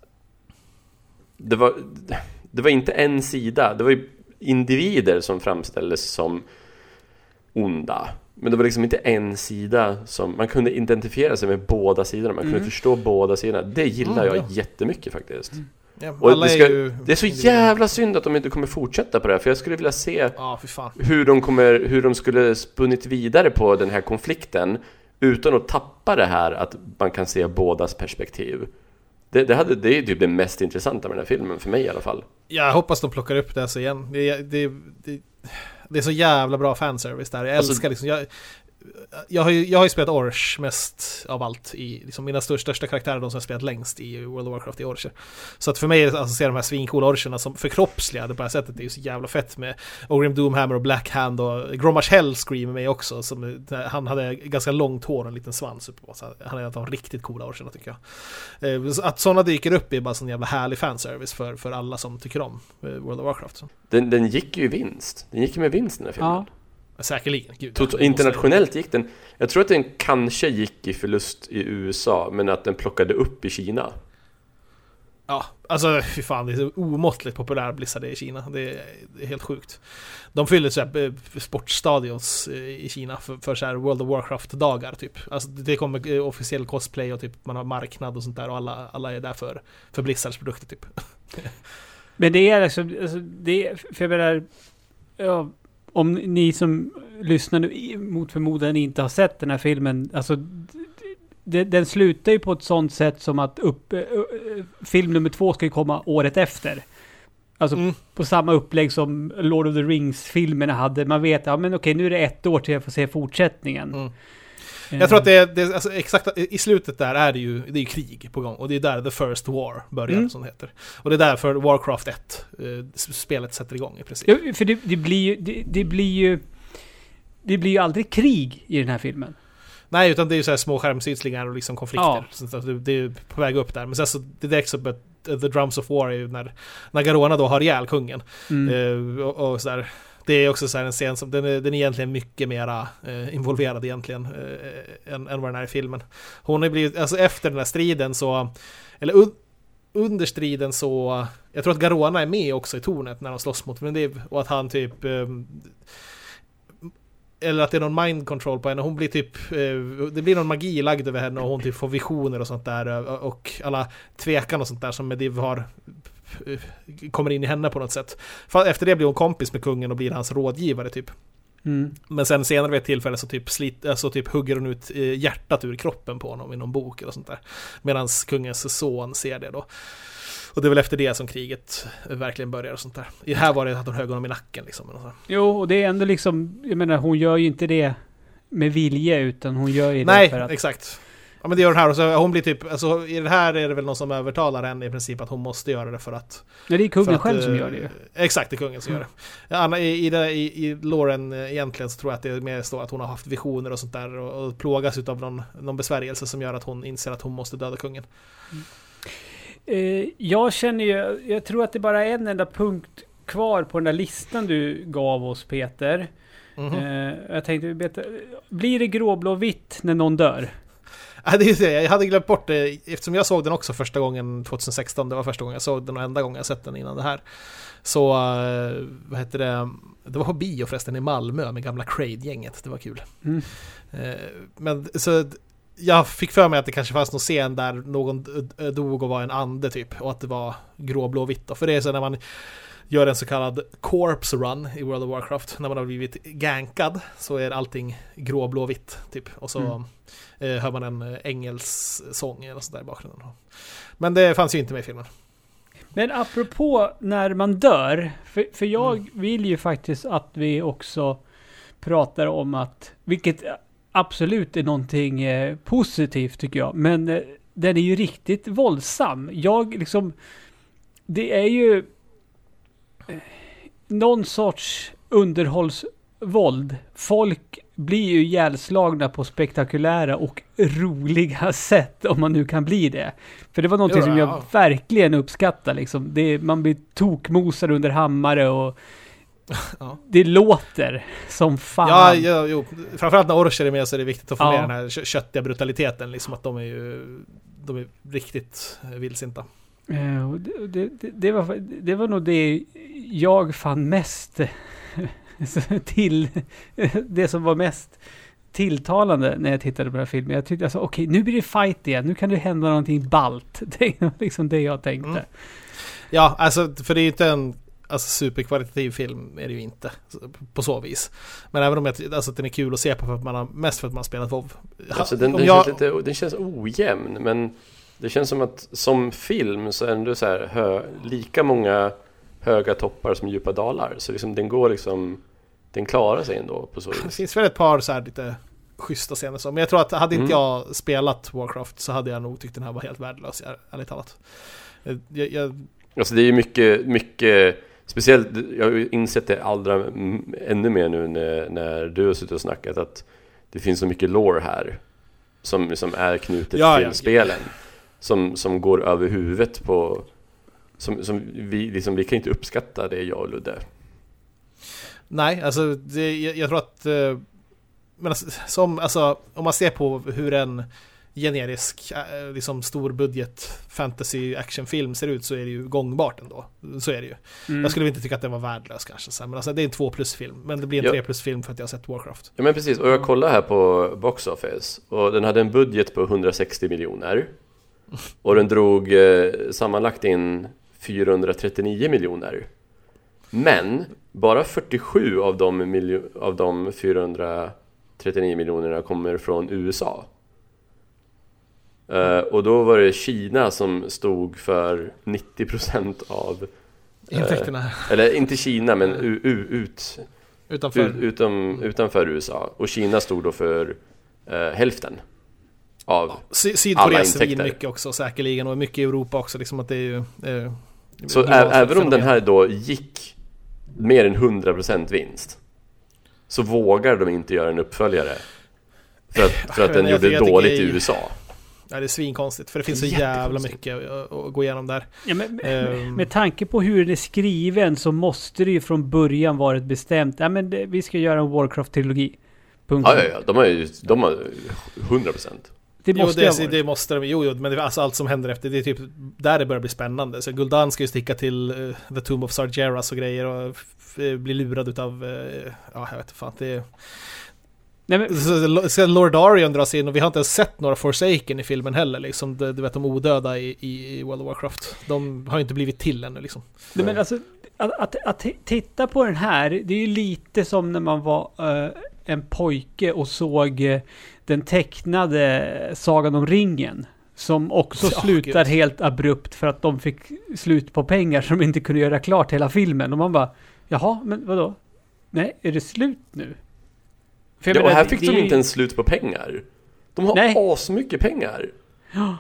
S2: det var inte en sida, det var ju individer som framställdes som onda. Men det var liksom inte en sida som man kunde identifiera sig med båda sidorna. Man kunde förstå båda sidorna. Det gillar jag jättemycket faktiskt.
S3: Ja,
S2: och det är så jävla synd att de inte kommer fortsätta på det här. För jag skulle vilja se hur de skulle spunnit vidare på den här konflikten utan att tappa det här att man kan se bådas perspektiv. Det är typ det mest intressanta med den här filmen, för mig i alla fall.
S3: Jag hoppas de plockar upp det här igen. Det är så jävla bra fanservice där. Jag älskar liksom... Jag har ju spelat Orch mest av allt i liksom mina största karaktärer, de som har spelat längst i World of Warcraft i Orcher. Så att för mig att se de här svincoola Orcherna som förkroppsligade på det här sättet, det är ju så jävla fett med Ogrim Doomhammer och Black Hand och Gromash Hellscream med också, som han hade ganska långt hår och en liten svans uppe på, så han är en av de riktigt coola Orcherna tycker jag. Att sådana dyker upp är bara sån jävla härlig fanservice för alla som tycker om World of Warcraft. Så.
S2: Den gick ju vinst. Den gick ju med vinst den här filmen.
S3: Ja. Säkerligen. Gud,
S2: internationellt gick den. Jag tror att den kanske gick i förlust i USA, men att den plockade upp i Kina.
S3: Ja, alltså fy fan, det är så omåttligt populär Blizzard i Kina. Det är helt sjukt. De fyller så här sportstadions i Kina för så här World of Warcraft-dagar typ. Alltså det kommer officiell cosplay och typ man har marknad och sånt där, och alla är där för Blizzards produkter typ.
S1: Men det är alltså det är, för jag menar, om ni som lyssnar nu mot förmodan inte har sett den här filmen, alltså den slutar ju på ett sånt sätt som att film nummer 2 ska komma året efter. Alltså på samma upplägg som Lord of the Rings-filmerna hade. Man vet, men okej, nu är det 1 år till jag får se fortsättningen.
S3: Jag tror att det alltså, exakt i slutet där är det är krig på gång, och det är där The First War börjar, som det heter. Och det är därför Warcraft 1 spelet sätter igång i princip.
S1: Ja, för det blir ju aldrig krig i den här filmen.
S3: Nej, utan det är ju så här små skärmsytslingar och liksom konflikter. Ja. Så det är på väg upp där. Men sen så det direkt så The Drums of War är ju när Garona då har ihjäl kungen. Och så där. Det är också så här en scen som den är egentligen mycket mera involverad egentligen än vad den är i filmen. Hon har blivit, alltså efter den här striden så, eller under striden så, jag tror att Garona är med också i tornet när de slåss mot Mendiv, och att han typ eller att det är någon mind control på henne. Hon blir typ, det blir någon magi lagd över henne och hon typ får visioner och sånt där, och alla tvekan och sånt där som Mendiv har kommer in i henne på något sätt. För efter det blir hon kompis med kungen och blir hans rådgivare typ. Men sen senare vid ett tillfälle så typ hugger hon ut hjärtat ur kroppen på honom i någon bok eller sånt där. Medan kungens son ser det då. Och det är väl efter det som kriget verkligen börjar och sånt där. I det här var det att hon högg honom i nacken liksom.
S1: Jo, och det är ändå liksom, jag menar, hon gör ju inte det med vilje, utan hon gör ju det
S3: Nej,
S1: för att...
S3: exakt. Ja, men det gör den här, och så hon blir typ, alltså i det här är det väl någon som övertalar henne i princip att hon måste göra det för att...
S1: Nej, det är kungen själv som gör det ju.
S3: Exakt, det är kungen som gör det. I Lauren egentligen så tror jag att det är mer så att hon har haft visioner och sånt där och plågas utav någon besvärjelse som gör att hon inser att hon måste döda kungen.
S1: Jag känner ju, jag tror att det bara är en enda punkt kvar på den där listan du gav oss, Peter. Jag tänkte, blir det gråblå vitt när någon dör?
S3: Jag hade glömt bort det, eftersom jag såg den också första gången 2016. Det var första gången jag såg den och enda gången jag sett den innan det här. Så vad heter det var på bio förresten i Malmö med gamla Crade-gänget. Det var kul. Men så jag fick för mig att det kanske fanns någon scen där någon dog och var en ande typ, och att det var gråblå-vitt. För det är så när man gör en så kallad corpse run i World of Warcraft, när man har blivit gankad, så är allting gråblå-vitt typ, och så hör man en ängelsång eller sånt där i bakgrunden. Men det fanns ju inte med i filmen.
S1: Men apropå när man dör, för jag vill ju faktiskt att vi också pratar om att, vilket absolut är någonting positivt tycker jag, men den är ju riktigt våldsam. Det är ju någon sorts underhållsvåld. Folk blir ju ihjälslagna på spektakulära och roliga sätt, om man nu kan bli det. För det var någonting som jag verkligen uppskattar liksom. Man blir tokmosad under hammare och det låter som fan.
S3: Jo. Framförallt när Orcher är med så är det viktigt att få med den här köttiga brutaliteten, liksom, att de är riktigt vildsinta. Det var nog det jag fann mest till det som var mest tilltalande när jag tittade på den här filmen. Jag tyckte alltså, okej, nu blir det fight igen. Nu kan det hända någonting ballt. Det är liksom det jag tänkte. Ja, alltså, för det är ju inte en superkvalitativ film, är det ju inte på så vis. Men även om att den är kul att se på för att man har spelat WoW.
S2: Alltså, den känns ojämn, men det känns som att som film så är det ändå så här lika många höga toppar som djupa dalar. Så liksom den klarar sig ändå på så vis.
S3: Det finns väl ett par så här lite schyssta scener så. Men jag tror att hade inte jag spelat Warcraft så hade jag nog tyckt den här var helt värdelös, ärligt talat.
S2: Alltså det är ju mycket speciellt, jag har ju insett det ännu mer nu när du har suttit och snackat, att det finns så mycket lore här som är knutet till spelen. Som går över huvudet på som vi kan inte uppskatta det, jag och Ludde. Nej, alltså jag tror att men om man ser på hur en generisk liksom storbudget fantasy actionfilm ser ut, så är det ju gångbart ändå. Så är det ju. Jag skulle inte tycka att den var värdelös kanske, men alltså, det är en 2+-film, men det blir en 3+-film för att jag har sett Warcraft. Ja, men precis, och jag kollade här på Box Office och den hade en budget på 160 miljoner och den drog sammanlagt in 439 miljoner. Men bara 47 av de 439 miljonerna kommer från USA. Och då var det Kina som stod för 90% av
S3: intäkterna.
S2: Eller inte Kina, men utanför USA. Och Kina stod då för hälften av
S3: Sydkorea svin mycket också säkerligen, och mycket i Europa också liksom, att det är ju
S2: så även om den här då gick mer än 100% vinst, så vågar de inte göra en uppföljare för att den gjorde dåligt i USA.
S3: det är svinkonstigt, för det finns så jävla mycket att gå igenom där.
S1: Ja, men, med tanke på hur det är skriven så måste det ju från början varit bestämt. Ja, men vi ska göra en Warcraft-trilogi.
S2: Ja. De har 100%.
S3: Det måste de. Jo, men det är alltså allt som händer efter. Det är typ där det börjar bli spännande. Så Gul'dan ska ju sticka till The Tomb of Sargeras och grejer och bli lurad utav jag vet inte fan. Det är... Nej, men... Så Lord Arion dras in och vi har inte ens sett några Forsaken i filmen heller liksom. Du vet, de odöda i World of Warcraft. De har ju inte blivit till ännu liksom.
S1: Nej, men alltså att titta på den här, det är ju lite som när man var en pojke och såg den tecknade Sagan om ringen, som också slutar helt abrupt för att de fick slut på pengar som de inte kunde göra klart hela filmen. Och man bara, jaha, men vadå? Nej, är det slut nu?
S2: För ja, och här fick de inte ens slut på pengar. De har asmycket pengar.
S1: Ja.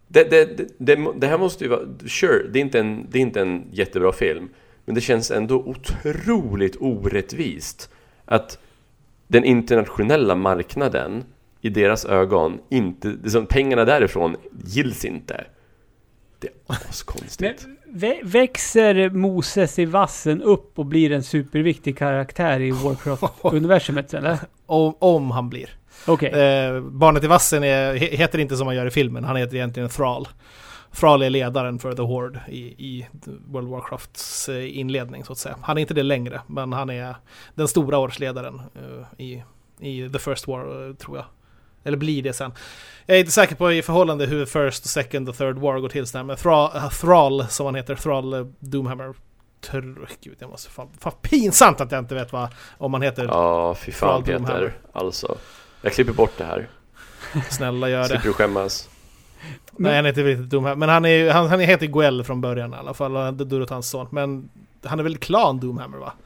S2: Det här måste ju vara... Sure, det är inte en jättebra film. Men det känns ändå otroligt orättvist att den internationella marknaden i deras ögon inte... Liksom, pengarna därifrån gills inte. Det är askonstigt.
S1: Växer Moses i vassen upp och blir en superviktig karaktär i Warcraft-universumet, eller?
S3: Om han blir.
S1: Okay.
S3: Barnet i vassen heter inte som han gör i filmen. Han heter egentligen Thrall. Thrall är ledaren för The Horde i World of Warcrafts inledning, så att säga. Han är inte det längre, men han är den stora årsledaren i The First War, tror jag. Eller blir det sen. Jag är inte säker på i förhållande hur First, Second och Third War går till sen. Men Thrall, som han heter, Thrall Doomhammer. Gud, jag måste fan pinsamt att jag inte vet om han heter.
S2: Ja, fy fan Peter. Alltså, jag klipper bort det här.
S3: Snälla gör det.
S2: Slipper du skämmas.
S3: Nej, han är inte riktigt Doomhammer. Men han heter Goel från början i alla fall. Och det dör åt hans son. Men han är väl klan Doomhammer, va?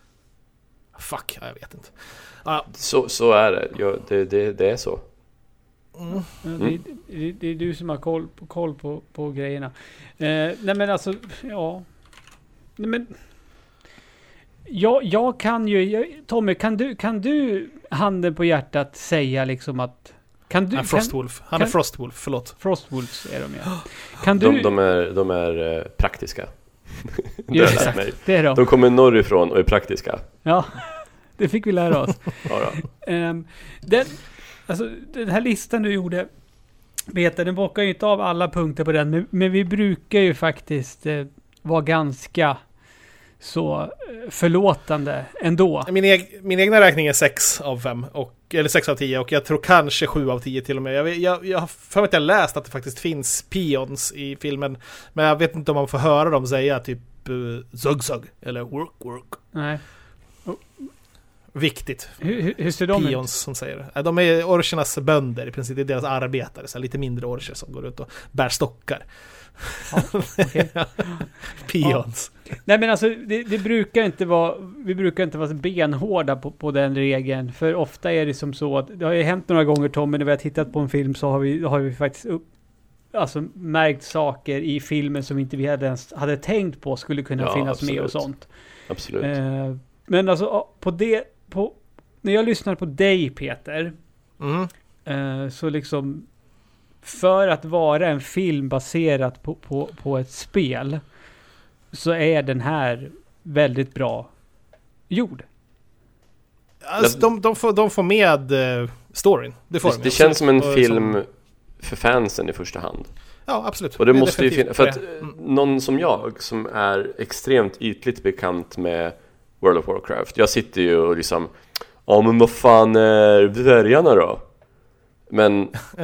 S3: Fuck, jag vet inte.
S2: Så är det. Ja, det är så.
S1: Det är du som har koll på grejerna. Nej, men alltså, ja. Nej, men jag kan ju... Tommy, kan du handen på hjärtat säga liksom att...
S3: Frostwolf. Han är Frostwolf, förlåt.
S1: Frostwolves är de, ja. Kan du...
S2: De är praktiska.
S1: Exakt, det är de.
S2: De kommer norrifrån och är praktiska.
S1: Ja, det fick vi lära oss.
S2: Ja,
S1: den här listan du gjorde, Peter, den bockar ju inte av alla punkter på den, men vi brukar ju faktiskt vara ganska så förlåtande ändå.
S3: Min egna räkning är 6 av 5 eller 6 av 10, och jag tror kanske 7 av 10 till och med. Jag har för mig att jag läst att det faktiskt finns peons i filmen, men jag vet inte om man får höra dem säga typ zug eller work.
S1: Nej.
S3: Viktigt.
S1: Hur ser de
S3: peons
S1: ut?
S3: Som säger det. De är orchernas bönder i princip, det är deras arbetare, så lite mindre orcher som går ut och bär stockar.
S1: Ja, okay.
S3: Peons.
S1: Ja. Nej, men alltså det brukar inte vara, vi brukar inte vara benhårda på den regeln, för ofta är det som så att det har ju hänt några gånger, Tommy, när vi har tittat på en film så har vi faktiskt märkt saker i filmen som inte vi hade tänkt på skulle kunna finnas absolut. Med och sånt.
S2: Absolut.
S1: Men alltså när jag lyssnar på dig, Peter, så liksom, för att vara en film baserad på ett spel, så är den här väldigt bra gjord.
S3: Alltså, de får med storyn.
S2: Det känns som en film för fansen i första hand.
S3: Ja, absolut.
S2: Och det måste ju finnas, för att någon som jag, som är extremt ytligt bekant med World of Warcraft, jag sitter ju och liksom, men vad fan är dvärgarna då? Men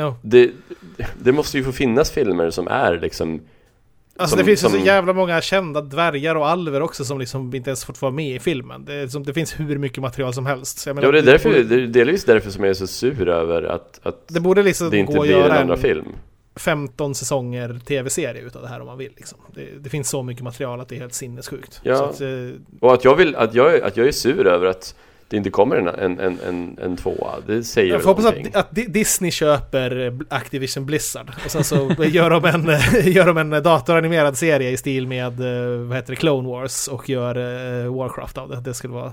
S2: det måste ju få finnas filmer som är liksom...
S3: Alltså det finns ju så jävla många kända dvärgar och alver också som liksom inte ens fått vara med i filmen. Det finns hur mycket material som helst. Så jag menar,
S2: det är delvis därför som jag är så sur över att
S3: det borde liksom
S2: det inte blir en andra film.
S3: 15 säsonger tv-serie utav det här om man vill liksom. Det finns så mycket material att det är helt sinnessjukt.
S2: Ja.
S3: Så att,
S2: och att jag är sur över att det inte kommer en tvåa. Det säger
S3: jag hoppas att Disney köper Activision Blizzard och sen så gör de en datoranimerad serie i stil med Clone Wars och gör Warcraft av det. Det skulle vara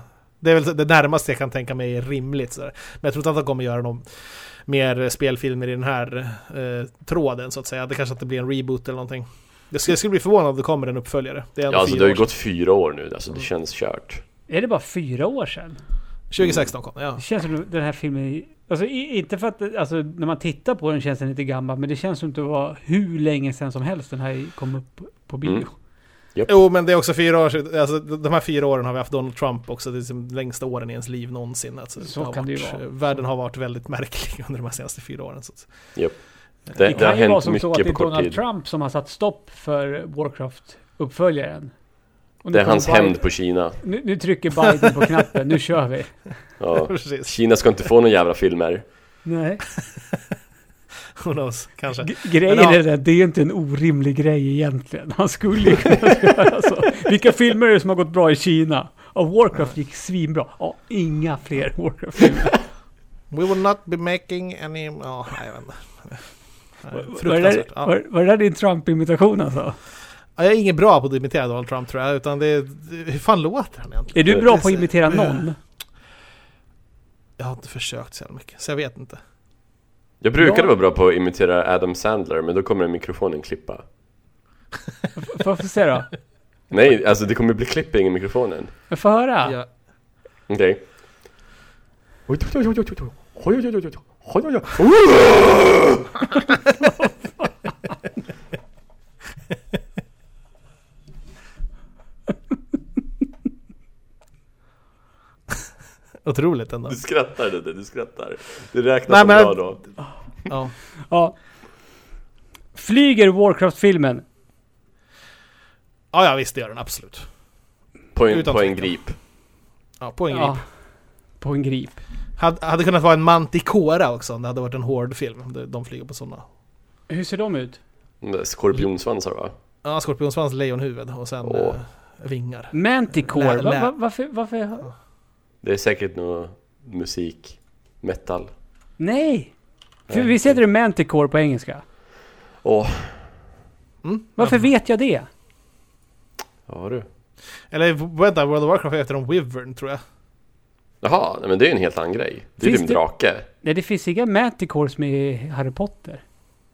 S3: Det är väl det närmaste jag kan tänka mig är rimligt. Men jag tror inte att de kommer göra någon mer spelfilmer i den här tråden så att säga. Det kanske inte blir en reboot eller någonting. Jag skulle bli förvånad om det kommer en uppföljare. Det är
S2: alltså det har ju gått 4 år nu, alltså det känns kört.
S1: Är det bara 4 år sedan?
S3: 2016 kom, ja.
S1: Det känns som den här filmen... Alltså inte för att... Alltså när man tittar på den känns den lite gammal. Men det känns som att det var hur länge sedan som helst den här kom upp på bio.
S2: Yep.
S3: Jo, men det är också 4 år sedan. Alltså, de här 4 åren har vi haft Donald Trump också. Det är de längsta åren i ens liv någonsin. Alltså,
S1: så kan det ju vara.
S3: Världen har varit väldigt märklig under de här senaste 4 åren. Så.
S2: Yep.
S1: Det
S2: har
S1: kan ju vara
S2: hänt
S1: som så att
S2: mycket
S1: det är
S2: på kort
S1: Donald
S2: tid.
S1: Trump som har satt stopp för Warcraft-uppföljaren.
S2: Det är hans hämnd på Kina.
S1: Nu trycker Biden på knappen, nu kör vi.
S2: Ja. Kina ska inte få några jävla filmer.
S1: Nej.
S3: Who knows, kanske.
S1: Grejen är det är inte en orimlig grej egentligen. Han skulle ju kunna göra så. Vilka filmer är det som har gått bra i Kina? Och Warcraft gick svinbra. Ja, inga fler Warcraft-filmer.
S3: We will not be making any... Ja, nej, jag vet inte.
S1: Var det där din Trump-imitation alltså?
S3: Ja, jag är ingen bra på att imitera Donald Trump tror jag, utan hur fan låter han egentligen?
S1: Är du bra på att imitera någon?
S3: Jag har inte försökt så mycket, så jag vet inte.
S2: Jag brukade vara bra på att imitera Adam Sandler, men då kommer mikrofonen klippa.
S1: Varför se då?
S2: Nej, alltså det kommer bli klipping i mikrofonen.
S1: Jag får höra.
S3: Ja.
S2: Okej.
S3: Otroligt ändå.
S2: Du skrattar. Det räknas som bra då.
S3: Ja.
S1: Ja. Flyger Warcraft-filmen?
S3: Ja, visst det gör den, absolut.
S2: På en grip.
S3: Ja, på en grip.
S1: Ja, på en grip.
S3: Hade kunnat vara en Manticora också om det hade varit en hårdfilm. De flyger på sådana.
S1: Hur ser de ut?
S2: Skorpionsvansar va?
S3: Ja, skorpionsvans, lejonhuvud och sen vingar.
S1: Manticore? Varför?
S2: Det är säkert någon musik. Metal.
S1: Nej! För vi säger det Manticore på engelska. Varför vet jag det?
S2: Ja du.
S3: Eller vänta, World of Warcraft efter en Wyvern tror jag.
S2: Jaha, men det är en helt annan grej. Det är
S1: Finns
S2: en
S1: det-
S2: drake.
S1: Nej, det finns inga Manticores med Harry Potter.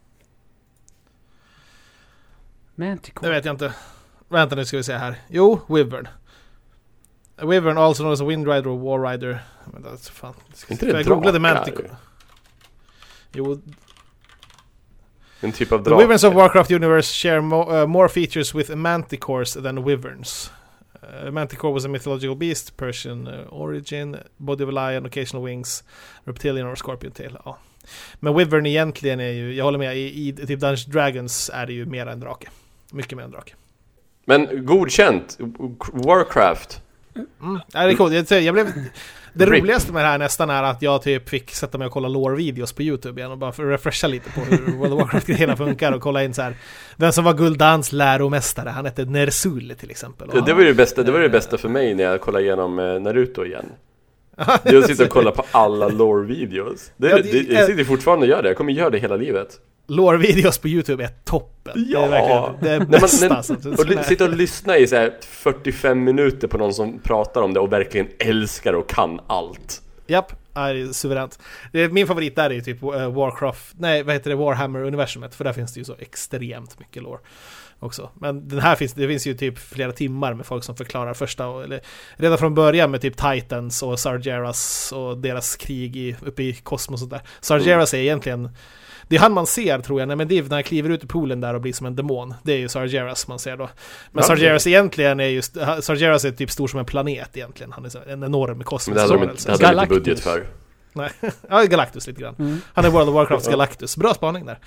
S1: Manticore.
S3: Det vet jag inte. Vänta nu ska vi se här. Jo, Wyvern. A Wyvern also known as a Wind Rider or War Rider. Men det är fan.
S2: Inte det
S3: Jag googlade
S2: drakar?
S3: Manticore. Jo,
S2: En typ av
S3: the
S2: drake.
S3: Wyverns of Warcraft universe share more features with manticores than wyverns. Manticore was a mythological beast, Persian origin, body of a lion, occasional wings, reptilian or scorpion tail. Ja. Men Wyvern egentligen är ju, jag håller med, i typ Dungeons Dragons är det ju mer en drake. Mycket mer en drake.
S2: Men godkänt. Warcraft.
S3: Ja, det är coolt. Jag blev... Det
S2: Rip.
S3: roligaste med det här nästan är att jag typ fick sätta mig och kolla lore-videos på YouTube igen och bara för att refresha lite på hur World of Warcraft-grejerna funkar och kolla in så här vem som var Guldans läromästare. Han hette Ner'zhul till exempel.
S2: Ja, det var ju det bästa för mig när jag kollade igenom Naruto igen. Jag sitter och kollar på alla lore-videos. Jag sitter fortfarande och gör det. Jag kommer göra det hela livet.
S3: Lore-videos på YouTube är toppen.
S2: Ja.
S3: Det är verkligen det bästa.
S2: Och sitta och lyssna i så här 45 minuter på någon som pratar om det och verkligen älskar och kan allt.
S3: Japp, är suveränt. Min favorit där är ju typ Warcraft, nej vad heter det, Warhammer-universumet, för där finns det ju så extremt mycket lore också. Men det finns ju typ flera timmar med folk som förklarar eller redan från början med typ Titans och Sargeras och deras krig uppe i kosmos och där. Sargeras är egentligen, det är han man ser tror jag, men det är när han kliver ut i poolen där och blir som en demon. Det är ju Sargeras man ser då. Men Sargeras egentligen är ju, Sargeras är typ stor som en planet egentligen. Han är en enorm kosmos.
S2: Men det hade de inte budget för.
S3: Nej, ja, Galactus lite grann. Han är World of Warcrafts Galactus. Bra spaning där.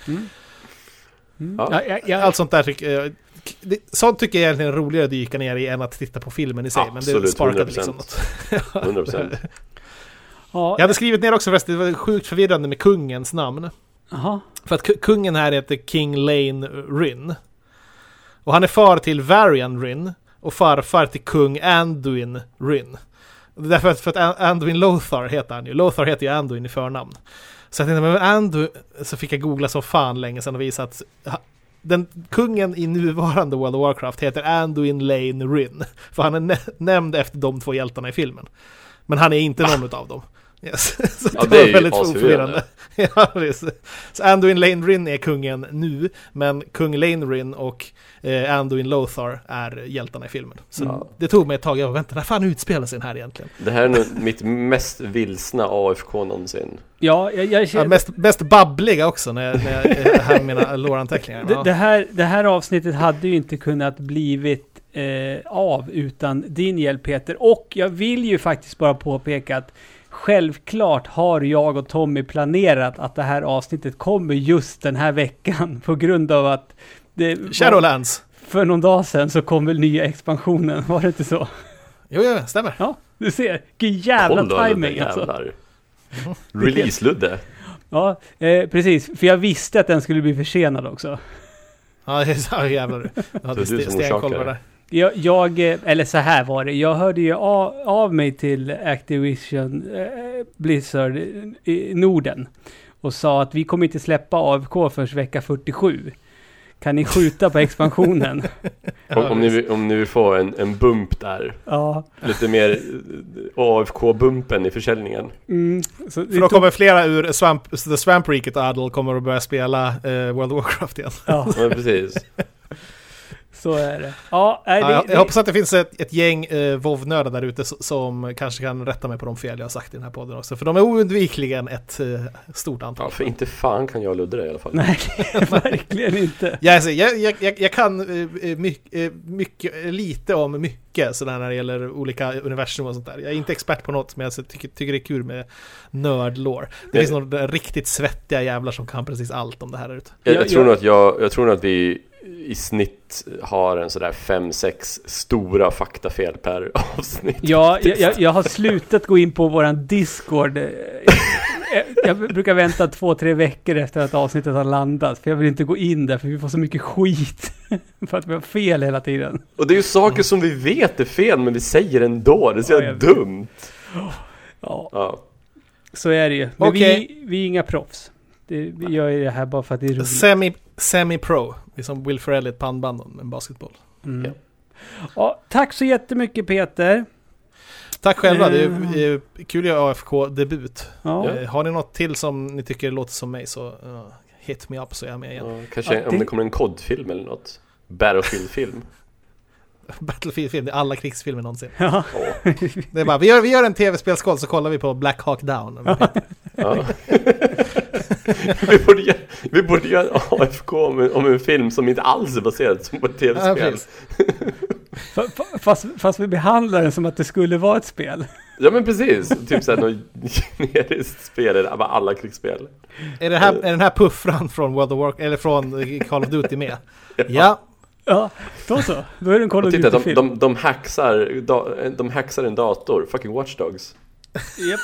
S2: Ja.
S3: Allt sånt där tycker jag, sånt tycker jag egentligen är roligare att dyka ner i än att titta på filmen i sig.
S2: Absolut,
S3: men det sparkade
S2: 100%.
S3: liksom något.
S2: 100%.
S1: Ja.
S3: Jag hade skrivit ner också förresten, det var sjukt förvirrande med kungens namn.
S1: Aha.
S3: För att kungen här heter King Lane Ryn. Och han är far till Varian Ryn och farfar till kung Anduin Ryn. Därför att Anduin Lothar heter han ju. Lothar heter ju Anduin i förnamn. Så jag tänkte, men Anduin, så fick jag googla så fan länge sedan och visa att den kungen i nuvarande World of Warcraft heter Anduin Lane Ryn. För han är nämnd efter de två hjältarna i filmen. Men han är inte någon av dem. Yes. Så
S2: Ja,
S3: det
S2: är
S3: var
S2: ju
S3: väldigt
S2: asförvirrande.
S3: förvirrande. Ja, så Anduin Lane-Rin är kungen nu, men kung Lane-Rin och Anduin Lothar är hjältarna i filmen. Så det tog mig ett tag, vänta, när fan utspelar sig den här egentligen?
S2: Det här är nog mitt mest vilsna AFK någonsin.
S1: Ja, jag känner...
S3: mest babbliga också när jag har mina låranteckningar. Ja.
S1: Det här avsnittet hade ju inte kunnat blivit av utan din hjälp, Peter. Och jag vill ju faktiskt bara påpeka att självklart har jag och Tommy planerat att det här avsnittet kommer just den här veckan på grund av att
S3: Shadowlands.
S1: För någon dag sedan så kom väl nya expansionen, var det inte så?
S3: Jo, stämmer.
S1: Ja, du ser. Vilken jävla timing alltså.
S2: Release-ludde.
S1: Ja, precis. För jag visste att den skulle bli försenad också.
S3: Ja, jävlar. Jag hade stenkoll på det.
S1: Jag eller så här var det. Jag hörde ju av mig till Activision Blizzard i Norden och sa att vi kommer inte släppa AFK förrän vecka 47. Kan ni skjuta på expansionen?
S2: om ni vill få en bump där.
S1: Ja.
S2: Lite mer AFK-bumpen i försäljningen.
S3: Så för då kommer flera ur The Swamp Riket Adel kommer att börja spela World of Warcraft igen.
S1: Ja,
S2: precis.
S1: Så är det. Ja,
S3: jag hoppas att det finns ett gäng WoW-nördar där ute som kanske kan rätta mig på de fel jag har sagt i den här podden också. För de är oundvikligen ett stort antal.
S2: Ja, för inte fan kan jag ludda det i alla fall.
S1: Nej, verkligen inte.
S3: Jag kan mycket, lite om mycket sådär när det gäller olika universum och sånt där. Jag är inte expert på något, men jag tycker det är kul med nördlore. Det finns några riktigt svettiga jävlar som kan precis allt om det här ute.
S2: Jag tror nog att vi i snitt har en sådär 5-6 stora faktafel per avsnitt.
S1: Ja, jag har slutat gå in på våran Discord. Jag brukar vänta 2-3 veckor efter att avsnittet har landat. För jag vill inte gå in där, för vi får så mycket skit. För att vi har fel hela tiden.
S2: Och det är ju saker som vi vet är fel, men vi säger ändå. Det är så dumt.
S1: Ja. Så är det ju. Men vi är inga proffs. Vi gör ju det här bara för att det är roligt.
S3: Semi-pro. Det är som Will Ferrell i ett pannband med en basketboll.
S1: Mm. Ja, tack så jättemycket, Peter.
S3: Tack själva. Det är kul att göra AFK-debut.
S1: Ja.
S3: Har ni något till som ni tycker låter som mig så hit me up så är jag med igen.
S2: Ja, kanske om det kommer en kodfilm eller något. Battlefield-film.
S3: Battlefield-film, det är alla krigsfilmer någonsin.
S1: Ja.
S3: Det är bara, vi gör en tv-spelskoll så kollar vi på Black Hawk Down.
S2: Ja. vi borde göra AFK om en film som inte alls är baserad på ett tv-spel.
S3: Ja,
S1: fast vi behandlar den som att det skulle vara ett spel.
S2: Ja, men precis. Typ såhär något generiskt spel, alla krigsspel.
S3: Är den här puffran från World of Warcraft eller från Call of Duty med?
S1: Ja. Ja, då är det en Call of Duty-film.
S2: De hacksar en dator. Fucking Watch Dogs.
S1: Japp.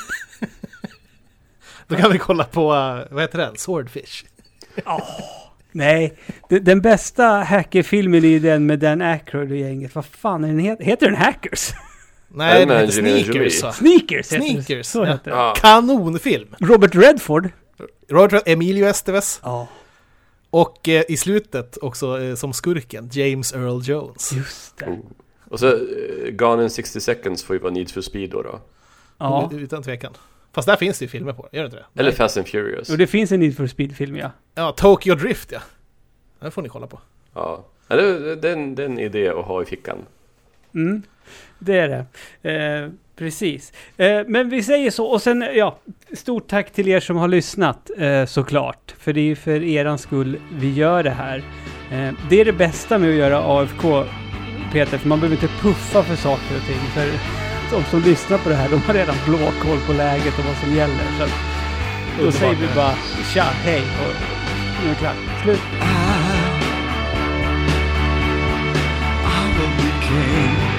S3: Då kan vi kolla på, vad heter den? Swordfish.
S1: Nej, den bästa hackerfilmen är den med Dan Aykroyd och gänget. Vad fan är den heter den Hackers?
S3: Nej, den heter Sneakers.
S1: Sneakers. Så heter den.
S3: Kanonfilm.
S1: Robert Redford,
S3: Emilio Estevez.
S1: Ja.
S3: Och i slutet också som skurken James Earl Jones.
S1: Just det.
S2: Och så Gone in 60 Seconds får ju vara Need for Speed då.
S1: Ja.
S3: Utan tvekan. Fast där finns det ju filmer på det, gör det inte det?
S2: Eller Fast and Furious.
S1: Och det finns en Need for Speed-film, ja.
S3: Ja, Tokyo Drift, ja. Den får ni kolla på.
S2: Ja, det är en idé att ha i fickan.
S1: Mm, det är det. Precis. Men vi säger så. Och sen, stort tack till er som har lyssnat, såklart. För det är för erans skull vi gör det här. Det är det bästa med att göra AFK, Peter. För man behöver inte puffa för saker och ting. För de som lyssnar på det här, de har redan blåkoll på läget och vad som gäller. Så då säger vi bara tja, hej och nu är det klart. Slut.
S7: I will be king.